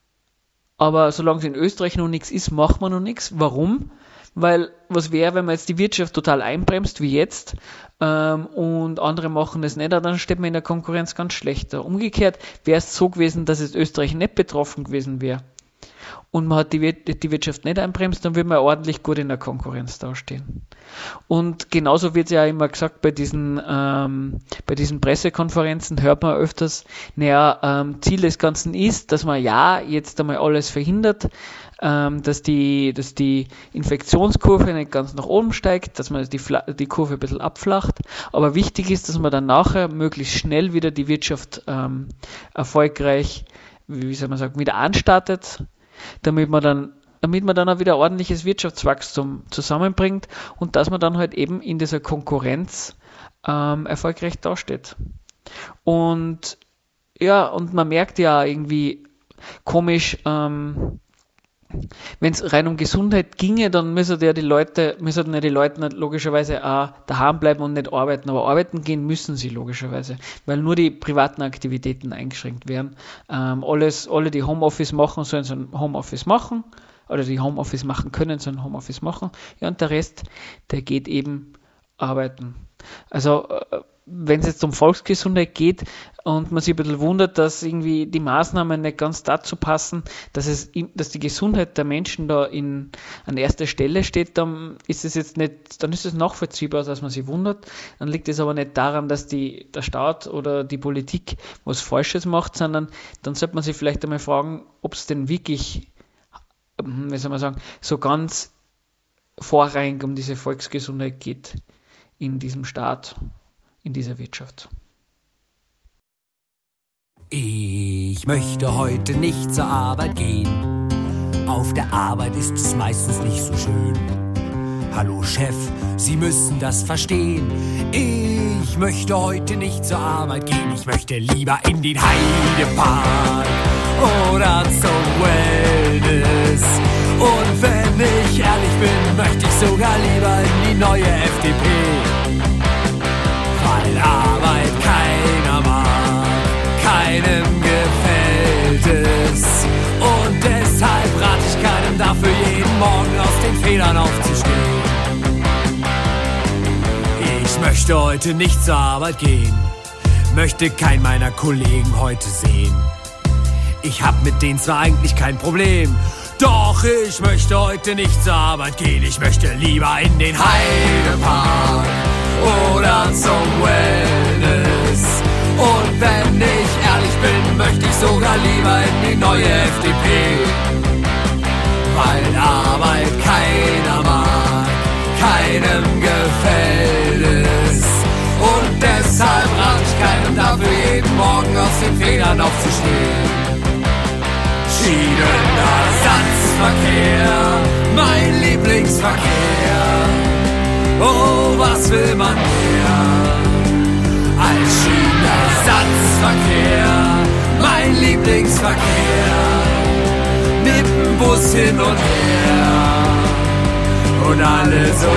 aber solange es in Österreich noch nichts ist, macht man noch nichts. Warum? Weil, was wäre, wenn man jetzt die Wirtschaft total einbremst, wie jetzt, ähm, und andere machen das nicht, dann steht man in der Konkurrenz ganz schlecht da. Umgekehrt wäre es so gewesen, dass jetzt Österreich nicht betroffen gewesen wäre und man hat die, die Wirtschaft nicht einbremst, dann würde man ordentlich gut in der Konkurrenz dastehen. Und genauso wird es ja immer gesagt bei diesen, ähm, bei diesen Pressekonferenzen, hört man öfters, naja, ähm, Ziel des Ganzen ist, dass man ja jetzt einmal alles verhindert, ähm, dass die, dass die Infektionskurve nicht ganz nach oben steigt, dass man die, die Kurve ein bisschen abflacht, aber wichtig ist, dass man dann nachher möglichst schnell wieder die Wirtschaft ähm, erfolgreich, wie soll man sagen, wieder anstartet, damit man dann damit man dann auch wieder ordentliches Wirtschaftswachstum zusammenbringt und dass man dann halt eben in dieser Konkurrenz ähm, erfolgreich dasteht. Und ja, und man merkt ja irgendwie komisch, ähm, wenn es rein um Gesundheit ginge, dann müssen ja die Leute, müssen ja die Leute nicht logischerweise auch daheim bleiben und nicht arbeiten, aber arbeiten gehen müssen sie logischerweise, weil nur die privaten Aktivitäten eingeschränkt werden. Ähm, alles, alle, die Homeoffice machen, sollen so ein Homeoffice machen, oder die Homeoffice machen können, sollen Homeoffice machen, ja, und der Rest, der geht eben arbeiten. Also, wenn es jetzt um Volksgesundheit geht und man sich ein bisschen wundert, dass irgendwie die Maßnahmen nicht ganz dazu passen, dass es, dass die Gesundheit der Menschen da in, an erster Stelle steht, dann ist es jetzt nicht, dann ist es nachvollziehbar, dass man sich wundert. Dann liegt es aber nicht daran, dass die, der Staat oder die Politik was Falsches macht, sondern dann sollte man sich vielleicht einmal fragen, ob es denn wirklich, wie soll man sagen, so ganz vorrangig um diese Volksgesundheit geht in diesem Staat, in dieser Wirtschaft. Ich möchte heute nicht zur Arbeit gehen. Auf der Arbeit ist es meistens nicht so schön. Hallo Chef, Sie müssen das verstehen. Ich möchte heute nicht zur Arbeit gehen. Ich möchte lieber in den Heidepark oder zum Wellness. Und wenn ich ehrlich bin, möchte ich sogar lieber in die neue F D P. Weil Arbeit keiner mag, keinem gefällt es. Und deshalb rate ich keinem dafür, jeden Morgen aus den Fehlern aufzustehen. Ich möchte heute nicht zur Arbeit gehen, möchte keinen meiner Kollegen heute sehen. Ich hab mit denen zwar eigentlich kein Problem, doch ich möchte heute nicht zur Arbeit gehen. Ich möchte lieber in den Heidepark oder zum Wellness. Und wenn ich ehrlich bin, möchte ich sogar lieber in die neue F D P. Weil Arbeit keiner mag, keinem gefällt es. Und deshalb rate ich keinem dafür, jeden Morgen aus den Federn aufzustehen. Schienenersatzverkehr, mein Lieblingsverkehr. Oh, was will man mehr als Schienenersatzverkehr? Mein Lieblingsverkehr, mit dem Bus hin und her und alle so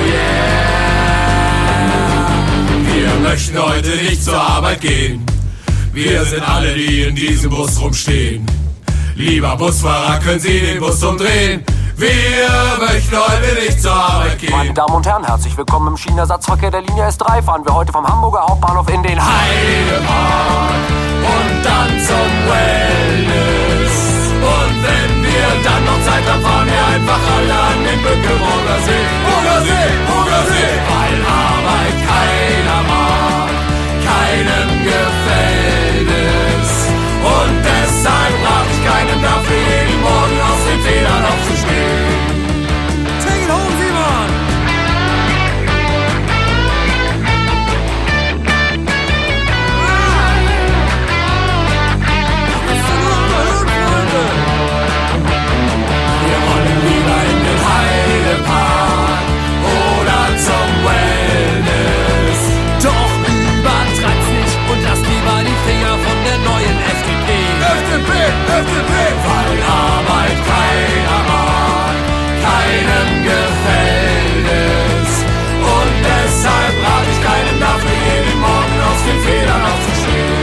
yeah. Wir möchten heute nicht zur Arbeit gehen, wir sind alle, die in diesem Bus rumstehen. Lieber Busfahrer, können Sie den Bus umdrehen? Wir möchten heute nicht zur Arbeit gehen. Meine Damen und Herren, herzlich willkommen im Schienenersatzverkehr der Linie S drei. Fahren wir heute vom Hamburger Hauptbahnhof in den Heidepark und dann zum Wellness. Und wenn wir dann noch Zeit haben, fahren wir einfach alle an den Bückeburger See. Burger See, Burger See. Weil Arbeit keiner mag, keinem gefällt es. Und deshalb brauch ich keinen dafür, jeden Morgen aus den Federn aufzustehen. Take it home, Simon! Wir wollen lieber in den Heidepark oder zum Wellness. Doch übertreib's nicht und lass lieber die Finger von der neuen F D P. F D P, F D P! Weil Arbeit keiner mag, keinem gefällt es. Und deshalb rat ich keinem dafür, jeden Morgen aus den Federn aufzustehen.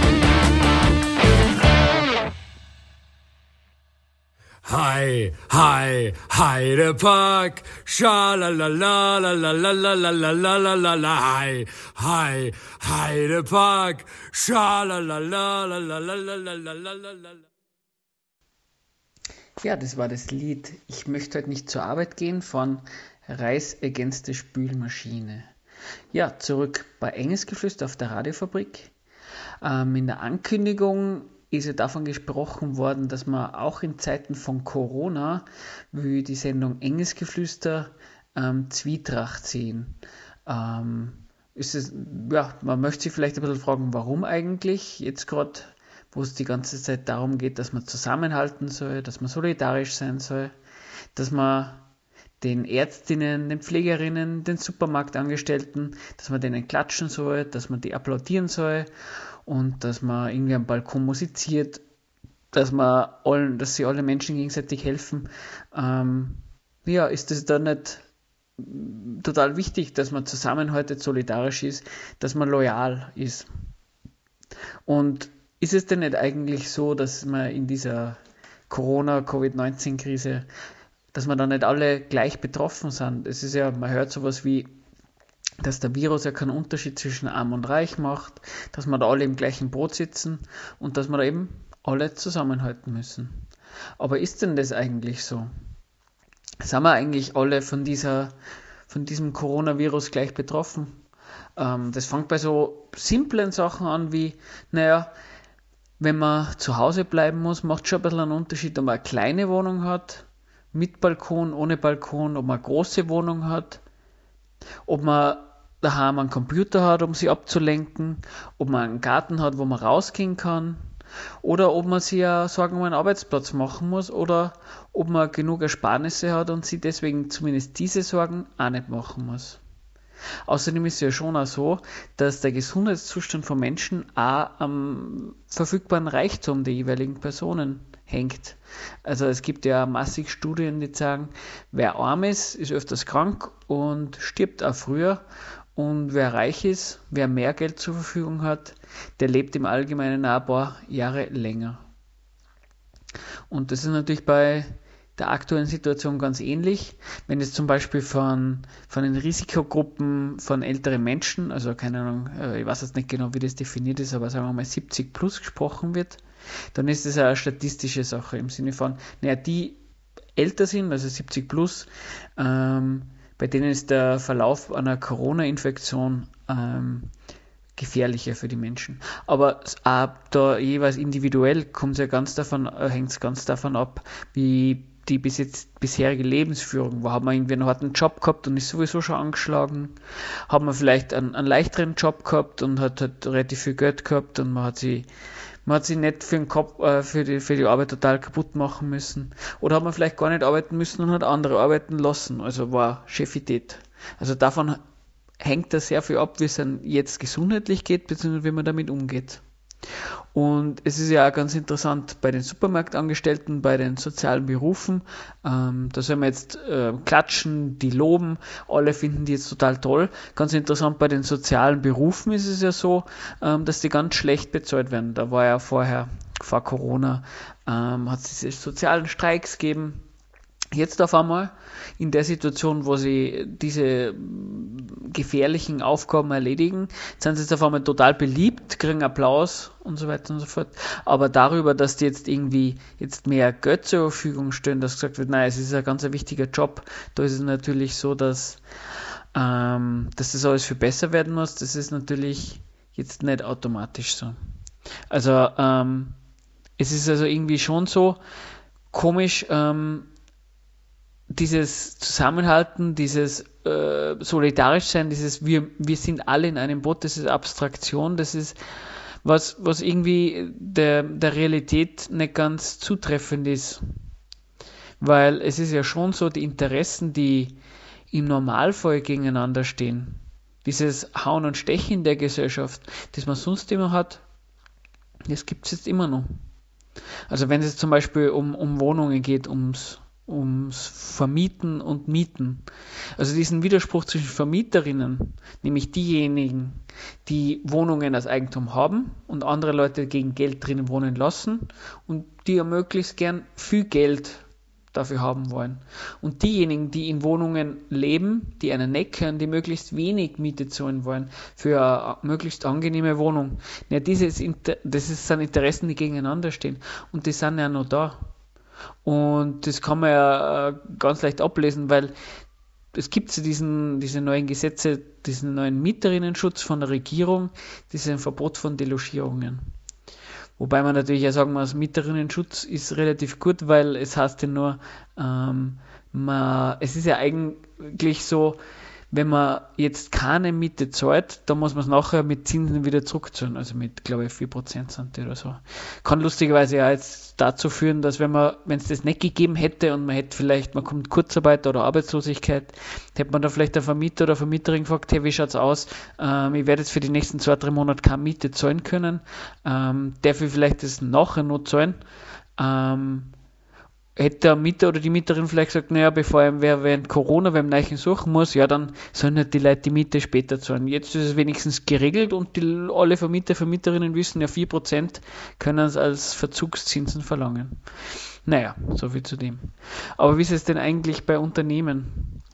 Hi, hi, Heidepark, schalalalalalalalalalalalala, hi, hi, Heidepark, schalalalalalalalalala. Ja, das war das Lied Ich möchte heute nicht zur Arbeit gehen von Reis ergänzte Spülmaschine. Ja, zurück bei Engelsgeflüster auf der Radiofabrik. Ähm, in der Ankündigung ist ja davon gesprochen worden, dass man auch in Zeiten von Corona, wie die Sendung Engelsgeflüster, ähm, Zwietracht sehen. Ähm, ist es, ja, man möchte sich vielleicht ein bisschen fragen, warum eigentlich jetzt gerade, wo es die ganze Zeit darum geht, dass man zusammenhalten soll, dass man solidarisch sein soll, dass man den Ärztinnen, den Pflegerinnen, den Supermarktangestellten, dass man denen klatschen soll, dass man die applaudieren soll und dass man irgendwie am Balkon musiziert, dass man allen, dass sie alle Menschen gegenseitig helfen. Ähm, ja, ist das da nicht total wichtig, dass man zusammenhaltet, solidarisch ist, dass man loyal ist? Und ist es denn nicht eigentlich so, dass man in dieser Corona-Covid neunzehn Krise, dass wir da nicht alle gleich betroffen sind? Es ist ja, man hört sowas wie, dass der Virus ja keinen Unterschied zwischen Arm und Reich macht, dass wir da alle im gleichen Boot sitzen und dass wir da eben alle zusammenhalten müssen. Aber ist denn das eigentlich so? Sind wir eigentlich alle von dieser, von diesem Coronavirus gleich betroffen? Ähm, das fängt bei so simplen Sachen an wie, naja, wenn man zu Hause bleiben muss, macht schon ein bisschen einen Unterschied, ob man eine kleine Wohnung hat, mit Balkon, ohne Balkon, ob man eine große Wohnung hat, ob man daheim einen Computer hat, um sich abzulenken, ob man einen Garten hat, wo man rausgehen kann, oder ob man sich ja Sorgen um einen Arbeitsplatz machen muss, oder ob man genug Ersparnisse hat und sich deswegen zumindest diese Sorgen auch nicht machen muss. Außerdem ist es ja schon auch so, dass der Gesundheitszustand von Menschen auch am verfügbaren Reichtum der jeweiligen Personen hängt. Also es gibt ja massig Studien, die sagen, wer arm ist, ist öfters krank und stirbt auch früher. Und wer reich ist, wer mehr Geld zur Verfügung hat, der lebt im Allgemeinen auch ein paar Jahre länger. Und das ist natürlich bei der aktuellen Situation ganz ähnlich. Wenn es zum Beispiel von, von den Risikogruppen von älteren Menschen, also keine Ahnung, ich weiß jetzt nicht genau, wie das definiert ist, aber sagen wir mal siebzig plus gesprochen wird, dann ist das eine statistische Sache im Sinne von, naja, die älter sind, also siebzig plus, ähm, bei denen ist der Verlauf einer Corona-Infektion ähm, gefährlicher für die Menschen. Aber auch da jeweils individuell kommt ja ganz davon, hängt es ganz davon ab, wie die bis jetzt, bisherige Lebensführung war. Hat man irgendwie einen harten Job gehabt und ist sowieso schon angeschlagen? Hat man vielleicht einen, einen leichteren Job gehabt und hat halt relativ viel Geld gehabt und man hat sie Man hat sich nicht für den Kopf, äh, für, die, für die Arbeit total kaputt machen müssen. Oder hat man vielleicht gar nicht arbeiten müssen und hat andere arbeiten lassen. Also war Chefität. Also davon hängt da sehr viel ab, wie es dann jetzt gesundheitlich geht, beziehungsweise wie man damit umgeht. Und es ist ja auch ganz interessant bei den Supermarktangestellten, bei den sozialen Berufen. Ähm, da soll man jetzt äh, klatschen, die loben, alle finden die jetzt total toll. Ganz interessant, bei den sozialen Berufen ist es ja so, ähm, dass die ganz schlecht bezahlt werden. Da war ja vorher, vor Corona, ähm, hat es diese sozialen Streiks gegeben. Jetzt auf einmal, in der Situation, wo sie diese gefährlichen Aufgaben erledigen, sind sie jetzt auf einmal total beliebt, kriegen Applaus und so weiter und so fort. Aber darüber, dass die jetzt irgendwie jetzt mehr Geld zur Verfügung stellen, dass gesagt wird, nein, es ist ein ganz ein wichtiger Job, da ist es natürlich so, dass, ähm, dass das alles viel besser werden muss. Das ist natürlich jetzt nicht automatisch so. Also ähm, es ist also irgendwie schon so komisch, ähm, dieses Zusammenhalten, dieses äh, solidarisch sein, dieses wir, wir sind alle in einem Boot, das ist Abstraktion, das ist was, was irgendwie der, der Realität nicht ganz zutreffend ist. Weil es ist ja schon so, die Interessen, die im Normalfall gegeneinander stehen, dieses Hauen und Stechen der Gesellschaft, das man sonst immer hat, das gibt es jetzt immer noch. Also wenn es zum Beispiel um, um Wohnungen geht, ums ums Vermieten und Mieten. Also diesen Widerspruch zwischen Vermieterinnen, nämlich diejenigen, die Wohnungen als Eigentum haben und andere Leute gegen Geld drinnen wohnen lassen und die ja möglichst gern viel Geld dafür haben wollen. Und diejenigen, die in Wohnungen leben, die einen nicht können, die möglichst wenig Miete zahlen wollen für eine möglichst angenehme Wohnung. Ja, dieses Inter- das sind Interessen, die gegeneinander stehen und die sind ja noch da. Und das kann man ja äh, ganz leicht ablesen, weil es gibt ja diesen, diese neuen Gesetze, diesen neuen Mieterinnenschutz von der Regierung, diesen Verbot von Delogierungen. Wobei man natürlich ja sagen muss, Mieterinnenschutz ist relativ gut, weil es heißt ja nur, ähm, man, es ist ja eigentlich so, wenn man jetzt keine Miete zahlt, dann muss man es nachher mit Zinsen wieder zurückzahlen, also mit, glaube ich, vier Prozent sind die oder so. Kann lustigerweise ja jetzt dazu führen, dass wenn man, wenn es das nicht gegeben hätte und man hätte vielleicht, man kommt Kurzarbeit oder Arbeitslosigkeit, hätte man da vielleicht der Vermieter oder Vermieterin gefragt, hey, wie schaut's aus? Ähm, ich werde jetzt für die nächsten zwei, drei Monate keine Miete zahlen können. Ähm, darf ich vielleicht das nachher noch zahlen? Ähm, Hätte der Mieter oder die Mieterin vielleicht gesagt, naja, bevor er während Corona beim Neichen suchen muss, ja, dann sollen halt die Leute die Miete später zahlen. Jetzt ist es wenigstens geregelt und die, alle Vermieter, Vermieterinnen wissen, ja, vier Prozent können es als Verzugszinsen verlangen. Naja, so viel zu dem. Aber wie ist es denn eigentlich bei Unternehmen?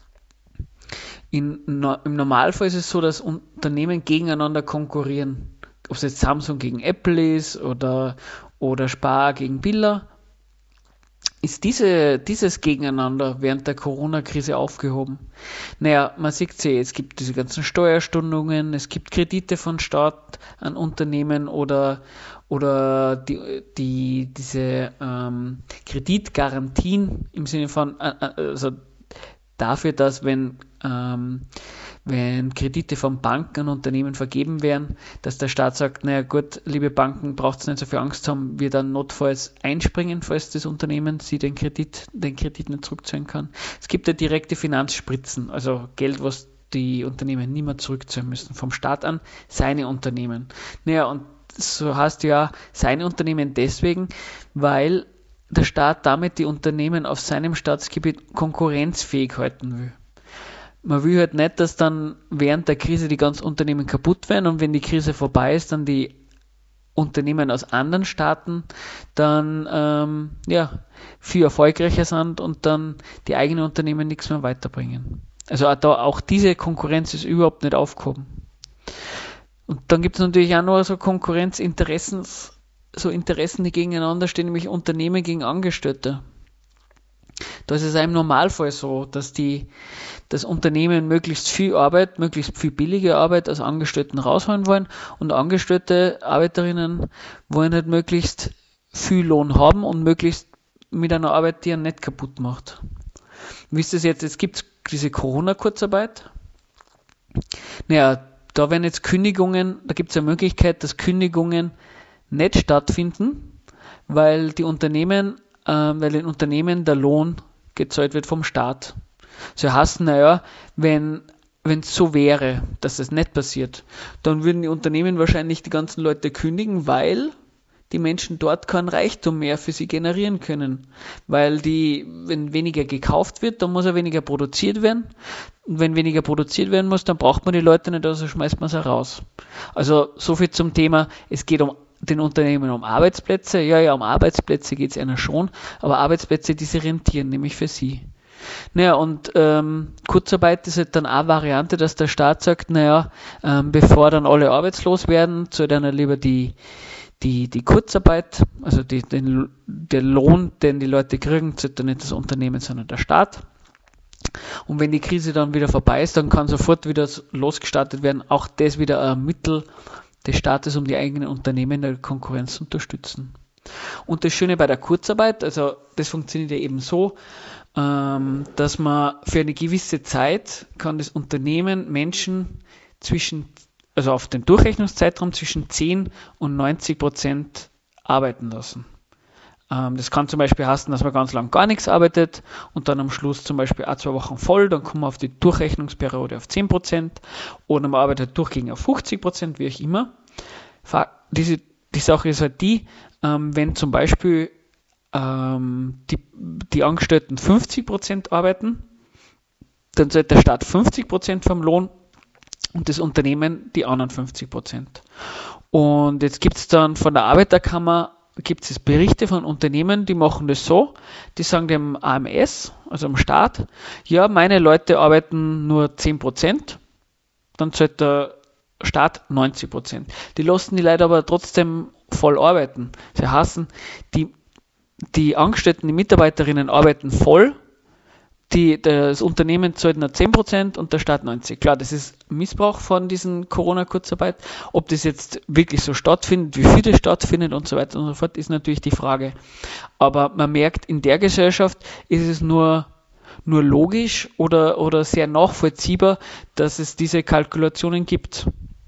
In, no, Im Normalfall ist es so, dass Unternehmen gegeneinander konkurrieren. Ob es jetzt Samsung gegen Apple ist oder, oder Spar gegen Billa. Ist diese, dieses Gegeneinander während der Corona-Krise aufgehoben? Naja, man sieht es ja, es gibt diese ganzen Steuerstundungen, es gibt Kredite von Staat an Unternehmen oder, oder die, die, diese ähm, Kreditgarantien im Sinne von, äh, also dafür, dass wenn, ähm, wenn Kredite von Banken an Unternehmen vergeben werden, dass der Staat sagt, naja gut, liebe Banken, braucht es nicht so viel Angst haben, wir dann notfalls einspringen, falls das Unternehmen sie den Kredit, den Kredit nicht zurückzahlen kann. Es gibt ja direkte Finanzspritzen, also Geld, was die Unternehmen nicht mehr zurückzahlen müssen, vom Staat an seine Unternehmen. Naja, und so heißt ja seine Unternehmen deswegen, weil der Staat damit die Unternehmen auf seinem Staatsgebiet konkurrenzfähig halten will. Man will halt nicht, dass dann während der Krise die ganzen Unternehmen kaputt werden und wenn die Krise vorbei ist, dann die Unternehmen aus anderen Staaten dann ähm, ja, viel erfolgreicher sind und dann die eigenen Unternehmen nichts mehr weiterbringen. Also auch, da, auch diese Konkurrenz ist überhaupt nicht aufgehoben. Und dann gibt es natürlich auch noch so Konkurrenzinteressen, so Interessen, die gegeneinander stehen, nämlich Unternehmen gegen Angestellte. Da ist es auch im Normalfall so, dass die, das Unternehmen möglichst viel Arbeit, möglichst viel billige Arbeit aus Angestellten rausholen wollen und Angestellte, Arbeiterinnen wollen halt möglichst viel Lohn haben und möglichst mit einer Arbeit, die er nicht kaputt macht. Wie ist das jetzt? Es gibt diese Corona-Kurzarbeit. Naja, da werden jetzt Kündigungen, da gibt es eine Möglichkeit, dass Kündigungen nicht stattfinden, weil die Unternehmen, äh, weil den Unternehmen der Lohn gezahlt wird vom Staat. So heißt, naja, wenn wenn es so wäre, dass das nicht passiert, dann würden die Unternehmen wahrscheinlich die ganzen Leute kündigen, weil die Menschen dort keinen Reichtum mehr für sie generieren können. Weil die, wenn weniger gekauft wird, dann muss ja weniger produziert werden. Und wenn weniger produziert werden muss, dann braucht man die Leute nicht, also schmeißt man sie raus. Also so viel zum Thema, es geht um den Unternehmen um Arbeitsplätze. Ja, ja, um Arbeitsplätze geht es einer schon, aber Arbeitsplätze, die sie rentieren, nämlich für sie. Naja, und ähm, Kurzarbeit ist halt dann auch Variante, dass der Staat sagt, naja, ähm, bevor dann alle arbeitslos werden, zahlt einer lieber die, die, die Kurzarbeit, also die, den, der Lohn, den die Leute kriegen, zahlt dann nicht das Unternehmen, sondern der Staat. Und wenn die Krise dann wieder vorbei ist, dann kann sofort wieder losgestartet werden, auch das wieder ein Mittel des Staates, um die eigenen Unternehmen in der Konkurrenz zu unterstützen. Und das Schöne bei der Kurzarbeit, also das funktioniert ja eben so, ähm, dass man für eine gewisse Zeit kann das Unternehmen Menschen zwischen, also auf den Durchrechnungszeitraum zwischen zehn und neunzig Prozent arbeiten lassen. Ähm, das kann zum Beispiel heißen, dass man ganz lang gar nichts arbeitet und dann am Schluss zum Beispiel auch zwei Wochen voll, dann kommen wir auf die Durchrechnungsperiode auf zehn Prozent oder man arbeitet durchgehend auf fünfzig Prozent, wie auch immer. Diese, die Sache ist halt die, ähm, wenn zum Beispiel ähm, die, die Angestellten fünfzig Prozent arbeiten, dann zahlt der Staat fünfzig Prozent vom Lohn und das Unternehmen die anderen fünfzig Prozent. Und jetzt gibt es dann von der Arbeiterkammer gibt es Berichte von Unternehmen, die machen das so, die sagen dem A M S, also dem Staat, ja, meine Leute arbeiten nur zehn Prozent, dann zahlt der Staat neunzig Prozent. Die lassen die Leute aber trotzdem voll arbeiten. Sie heißen, die, die Angestellten, die Mitarbeiterinnen arbeiten voll, die, das Unternehmen zahlt nur zehn Prozent und der Staat neunzig Prozent. Klar, das ist Missbrauch von diesen Corona-Kurzarbeit. Ob das jetzt wirklich so stattfindet, wie viel das stattfindet und so weiter und so fort, ist natürlich die Frage. Aber man merkt, in der Gesellschaft ist es nur, nur logisch oder, oder sehr nachvollziehbar, dass es diese Kalkulationen gibt.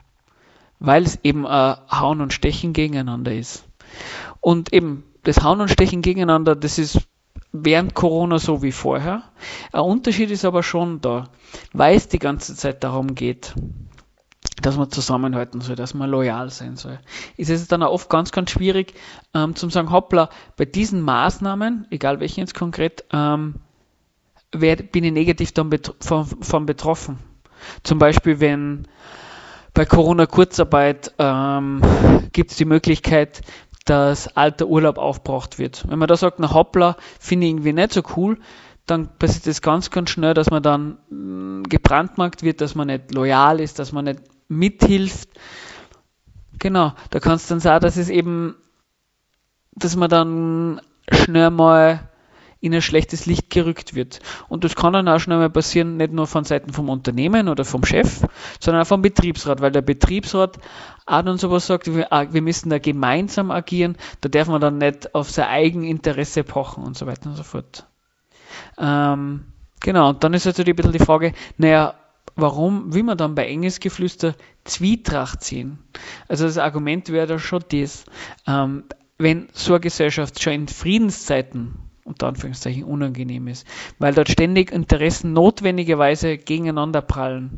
Weil es eben ein Hauen und Stechen gegeneinander ist. Und eben das Hauen und Stechen gegeneinander, das ist während Corona so wie vorher. Ein Unterschied ist aber schon da, weil es die ganze Zeit darum geht, dass man zusammenhalten soll, dass man loyal sein soll. Ist es dann auch oft ganz, ganz schwierig, ähm, zu sagen, hoppla, bei diesen Maßnahmen, egal welchen jetzt konkret, ähm, wer, bin ich negativ dann bet- von, von betroffen. Zum Beispiel, wenn bei Corona-Kurzarbeit ähm, gibt es die Möglichkeit, dass alter Urlaub aufgebraucht wird. Wenn man da sagt, na hoppla, finde ich irgendwie nicht so cool, dann passiert das ganz, ganz schnell, dass man dann mh, gebrandmarkt wird, dass man nicht loyal ist, dass man nicht mithilft. Genau, da kann es dann sagen, dass es eben, dass man dann schnell mal in ein schlechtes Licht gerückt wird. Und das kann dann auch schnell mal passieren, nicht nur von Seiten vom Unternehmen oder vom Chef, sondern auch vom Betriebsrat, weil der Betriebsrat auch dann sowas sagt, wir, wir müssen da gemeinsam agieren, da darf man dann nicht auf sein Eigeninteresse pochen und so weiter und so fort. Ähm, genau, und dann ist natürlich ein bisschen die Frage, naja, warum will man dann bei Engelsgeflüster Zwietracht sehen? Also das Argument wäre da schon das, ähm, wenn so eine Gesellschaft schon in Friedenszeiten unter Anführungszeichen unangenehm ist, weil dort ständig Interessen notwendigerweise gegeneinander prallen.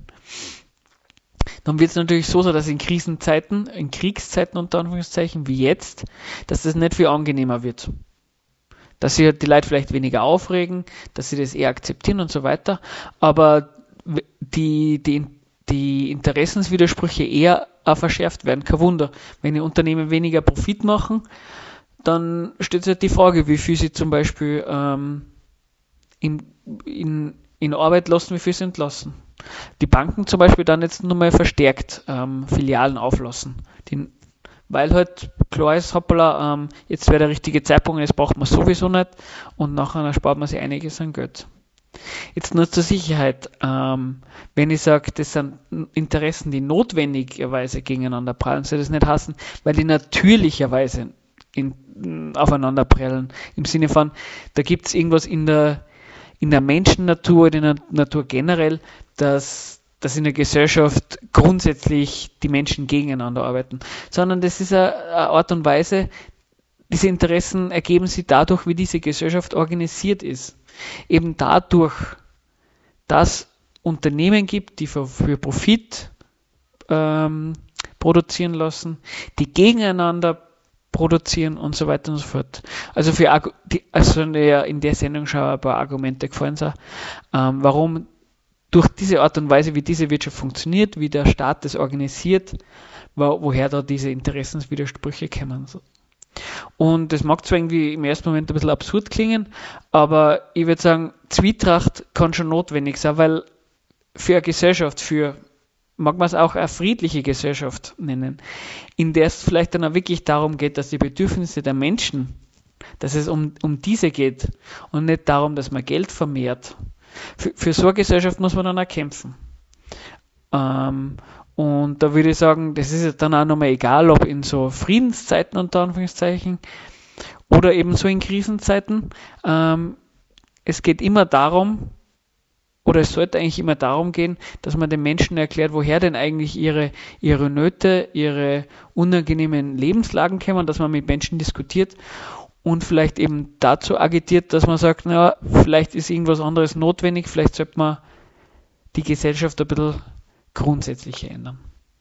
Dann wird es natürlich so sein, dass in Krisenzeiten, in Kriegszeiten unter Anführungszeichen, wie jetzt, dass das nicht viel angenehmer wird. Dass sich die Leute vielleicht weniger aufregen, dass sie das eher akzeptieren und so weiter, aber die, die, die Interessenswidersprüche eher auch verschärft werden. Kein Wunder, wenn die Unternehmen weniger Profit machen, dann stellt sich halt die Frage, wie viel sie zum Beispiel ähm, in, in, in Arbeit lassen, wie viel sie entlassen. Die Banken zum Beispiel dann jetzt nochmal verstärkt ähm, Filialen auflassen. Die, weil halt klar ist, hoppala, ähm, jetzt wäre der richtige Zeitpunkt, jetzt braucht man sowieso nicht und nachher spart man sich einiges an Geld. Jetzt nur zur Sicherheit, ähm, wenn ich sage, das sind Interessen, die notwendigerweise gegeneinander prallen, soll das nicht heißen, weil die natürlicherweise in, aufeinanderprallen. Im Sinne von, da gibt es irgendwas in der, in der Menschennatur, in der Natur generell, dass, dass in der Gesellschaft grundsätzlich die Menschen gegeneinander arbeiten. Sondern das ist eine, eine Art und Weise, diese Interessen ergeben sich dadurch, wie diese Gesellschaft organisiert ist. Eben dadurch, dass Unternehmen gibt, die für, für Profit ähm, produzieren lassen, die gegeneinander produzieren und so weiter und so fort. Also für die, also in der Sendung schon ein paar Argumente gefallen sind, ähm, warum durch diese Art und Weise, wie diese Wirtschaft funktioniert, wie der Staat das organisiert, wo, woher da diese Interessenswidersprüche kommen. Und das mag zwar irgendwie im ersten Moment ein bisschen absurd klingen, aber ich würde sagen, Zwietracht kann schon notwendig sein, weil für eine Gesellschaft, für, mag man es auch eine friedliche Gesellschaft nennen, in der es vielleicht dann auch wirklich darum geht, dass die Bedürfnisse der Menschen, dass es um, um diese geht und nicht darum, dass man Geld vermehrt. Für, für so eine Gesellschaft muss man dann auch kämpfen. Ähm, und da würde ich sagen, das ist dann auch nochmal egal, ob in so Friedenszeiten unter Anführungszeichen oder eben so in Krisenzeiten. Ähm, es geht immer darum, oder es sollte eigentlich immer darum gehen, dass man den Menschen erklärt, woher denn eigentlich ihre, ihre Nöte, ihre unangenehmen Lebenslagen kommen, dass man mit Menschen diskutiert und vielleicht eben dazu agitiert, dass man sagt, na, vielleicht ist irgendwas anderes notwendig, vielleicht sollte man die Gesellschaft ein bisschen grundsätzlich ändern.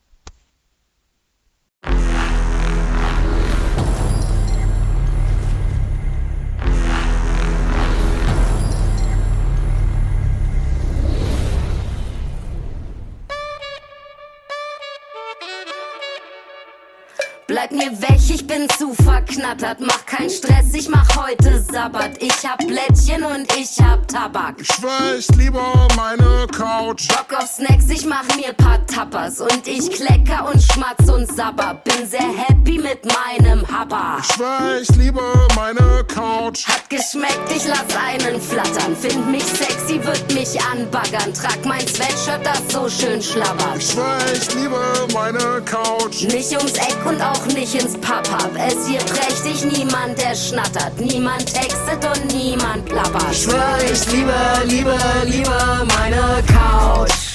Bleib mir weg, ich bin zu verknattert. Mach keinen Stress, ich mach heute Sabbat. Ich hab Blättchen und ich hab Tabak. Ich weiß lieber meine Couch. Bock auf Snacks, ich mach mir paar Tapas. Und ich klecker und schmatz und sabber. Bin sehr happy mit meinem Happer. Ich weiß lieber meine Couch. Hat geschmeckt, ich lass einen flattern. Find mich sexy, würd mich anbaggern. Trag mein Sweatshirt, das so schön schlabbert. Ich weiß lieber meine Couch. Nicht ums Eck und auch nicht ins Pub-Hub. Es hier prächtig, niemand der schnattert. Niemand textet und niemand plappert. Ich schwör, ich liebe, liebe, liebe meine Couch.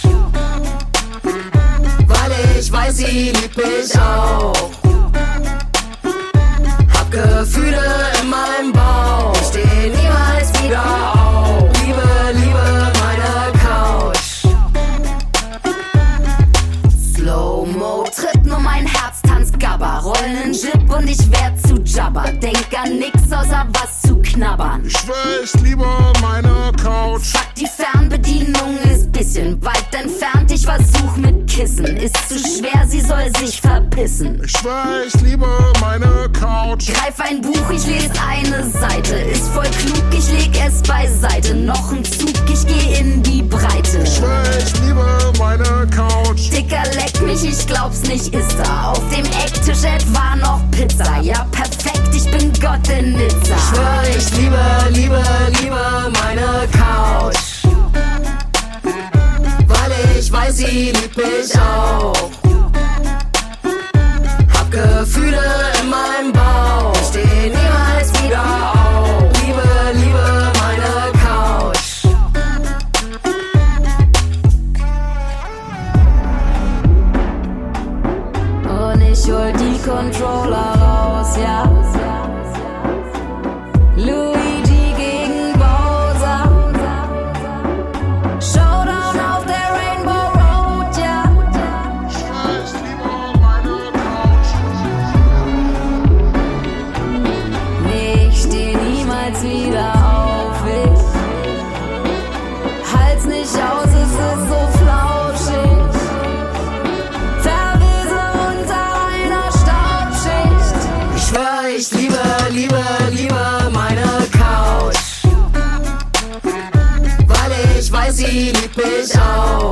Weil ich weiß, sie liebt mich auch. Hab Gefühle in meinem Bauch. Ich steh niemals wieder auf. Liebe, liebe meine Couch. Slow-Mo tritt nur mein Herz, tanzt Gabba. Rollen Jib und ich werd zu Jabba. Denk an nix außer was zu knabbern. Ich weiß lieber meine Couch. Fuck, die Fernbedienung ist bisschen weit entfernt. Ich versuch mit Kissen. Ist zu schwer, sie soll sich verpissen. Ich weiß lieber meine Couch. Greif ein Buch, ich lese eine Seite. Ist voll klug, ich leg es beiseite. Noch ein Zug, ich geh in die Breite. Ich weiß lieber meine Couch. Dicker, leck mich, ich glaub's nicht, ist da. Auf dem Ecktisch etwa noch Pizza. Ja, perfekt, ich bin Gott in Nizza. Ich schwör, ich liebe, liebe, liebe meine Couch. Weil ich weiß, sie liebt mich auch. Hab Gefühle in meinem Bauch. Ich steh niemals wieder auf. Liebe, liebe meine Couch. Und ich hol die Controller raus, ja. Luigi gegen Bowser. Showdown auf der Rainbow Road, ja. Ich weiß lieber meine Couch. Nee, ich steh niemals wieder auf, ich halt's nicht aus, es ist so flauschig. Verwese unter einer Staubschicht. Ich schwör, ich liebe, liebe, liebe meine Couch. Weil ich weiß, sie liebt mich auch.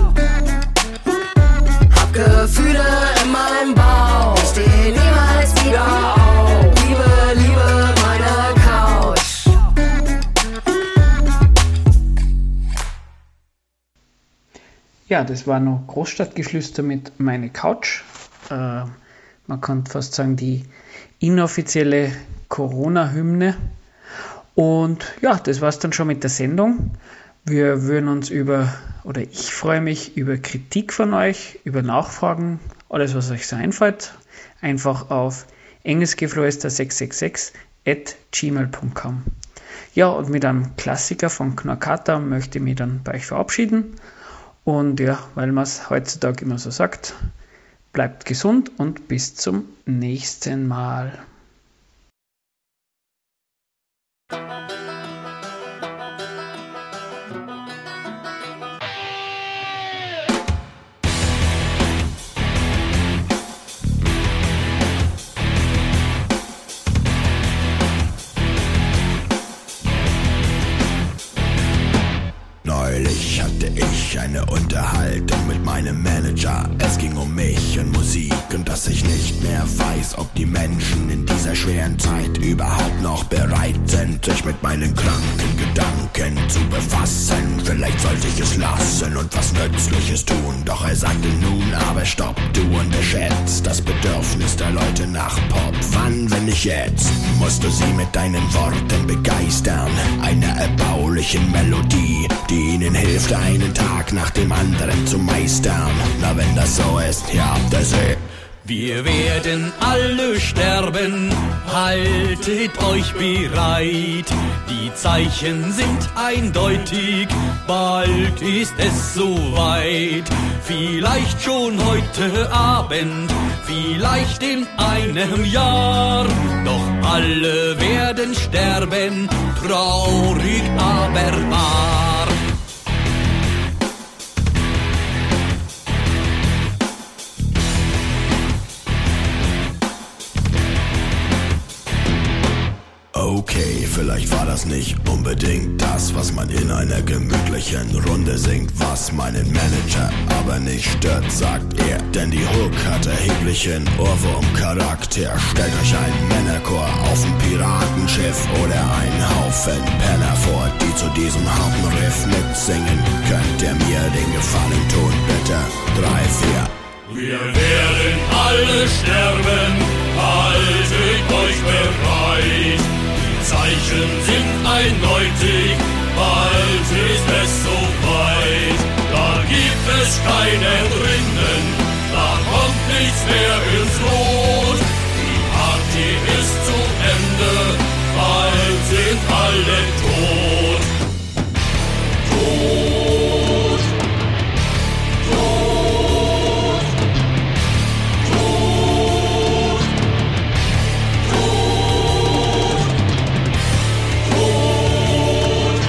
Hab Gefühle in meinem Bauch. Ich steh niemals wieder auf. Liebe, liebe meine Couch. Ja, das war noch Großstadtgeflüster mit Meine Couch. Äh, man kann fast sagen, die inoffizielle Corona-Hymne. Und ja, das war's dann schon mit der Sendung. Wir würden uns über, oder ich freue mich über Kritik von euch, über Nachfragen, alles was euch so einfällt, einfach auf engelsgeflüster sechs sechs sechs at gmail punkt com. Ja, und mit einem Klassiker von Knackata möchte ich mich dann bei euch verabschieden. Und ja, weil man es heutzutage immer so sagt, bleibt gesund und bis zum nächsten Mal. Neulich hatte ich eine Unterhaltung mit meinem Manager. Es ging um mich und Musik und dass ich nicht mehr weiß, ob die Menschen in dieser schweren Zeit überhaupt noch bereit sind, sich mit meinen kranken Gedanken zu befassen. Vielleicht sollte ich es lassen und was Nützliches tun. Doch er sagte nun, aber stopp, du unterschätzt das Bedürfnis der Leute nach Pop. Wann, wenn nicht jetzt, musst du sie mit deinen Worten begeistern. Einer erbaulichen Melodie, die ihnen hilft, einen Tag nach dem anderen zu meistern. Na, wenn das so ist, ja, habt ihr sie. Wir werden alle sterben, haltet euch bereit. Die Zeichen sind eindeutig, bald ist es soweit. Vielleicht schon heute Abend, vielleicht in einem Jahr. Doch alle werden sterben, traurig aber wahr. Okay, vielleicht war das nicht unbedingt das, was man in einer gemütlichen Runde singt, was meinen Manager aber nicht stört, sagt er. Denn die Hook hat erheblichen Ohrwurm-Charakter. Stellt euch einen Männerchor auf ein Piratenschiff oder einen Haufen Penner vor, die zu diesem harten Riff mitsingen. Könnt ihr mir den Gefallen tun, bitte? Drei, vier. Wir werden alle sterben, haltet euch bereit. Die Zeichen sind eindeutig, bald ist es soweit. Da gibt es keine Drinnen, da kommt nichts mehr ins Lot. Die Party ist zu Ende, bald sind alle tot. Tot, tot, tot, tot, tot,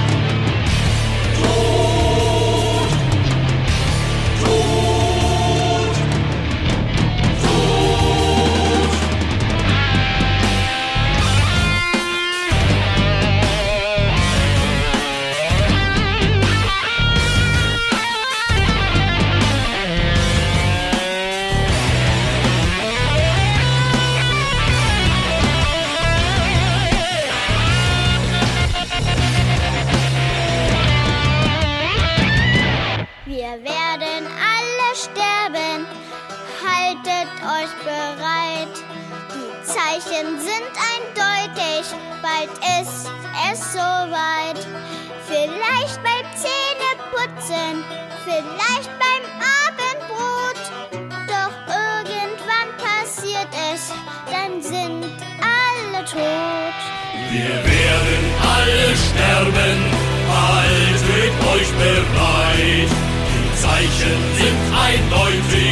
tot, tot, tot. Wir werden alle sterben, haltet euch bereit. Die Zeichen sind eindeutig, bald ist es soweit. Vielleicht beim Zähneputzen, vielleicht beim Abendbrot. Doch irgendwann passiert es, dann sind alle tot. Wir werden alle sterben, haltet euch bereit. Die Zeichen sind eindeutig,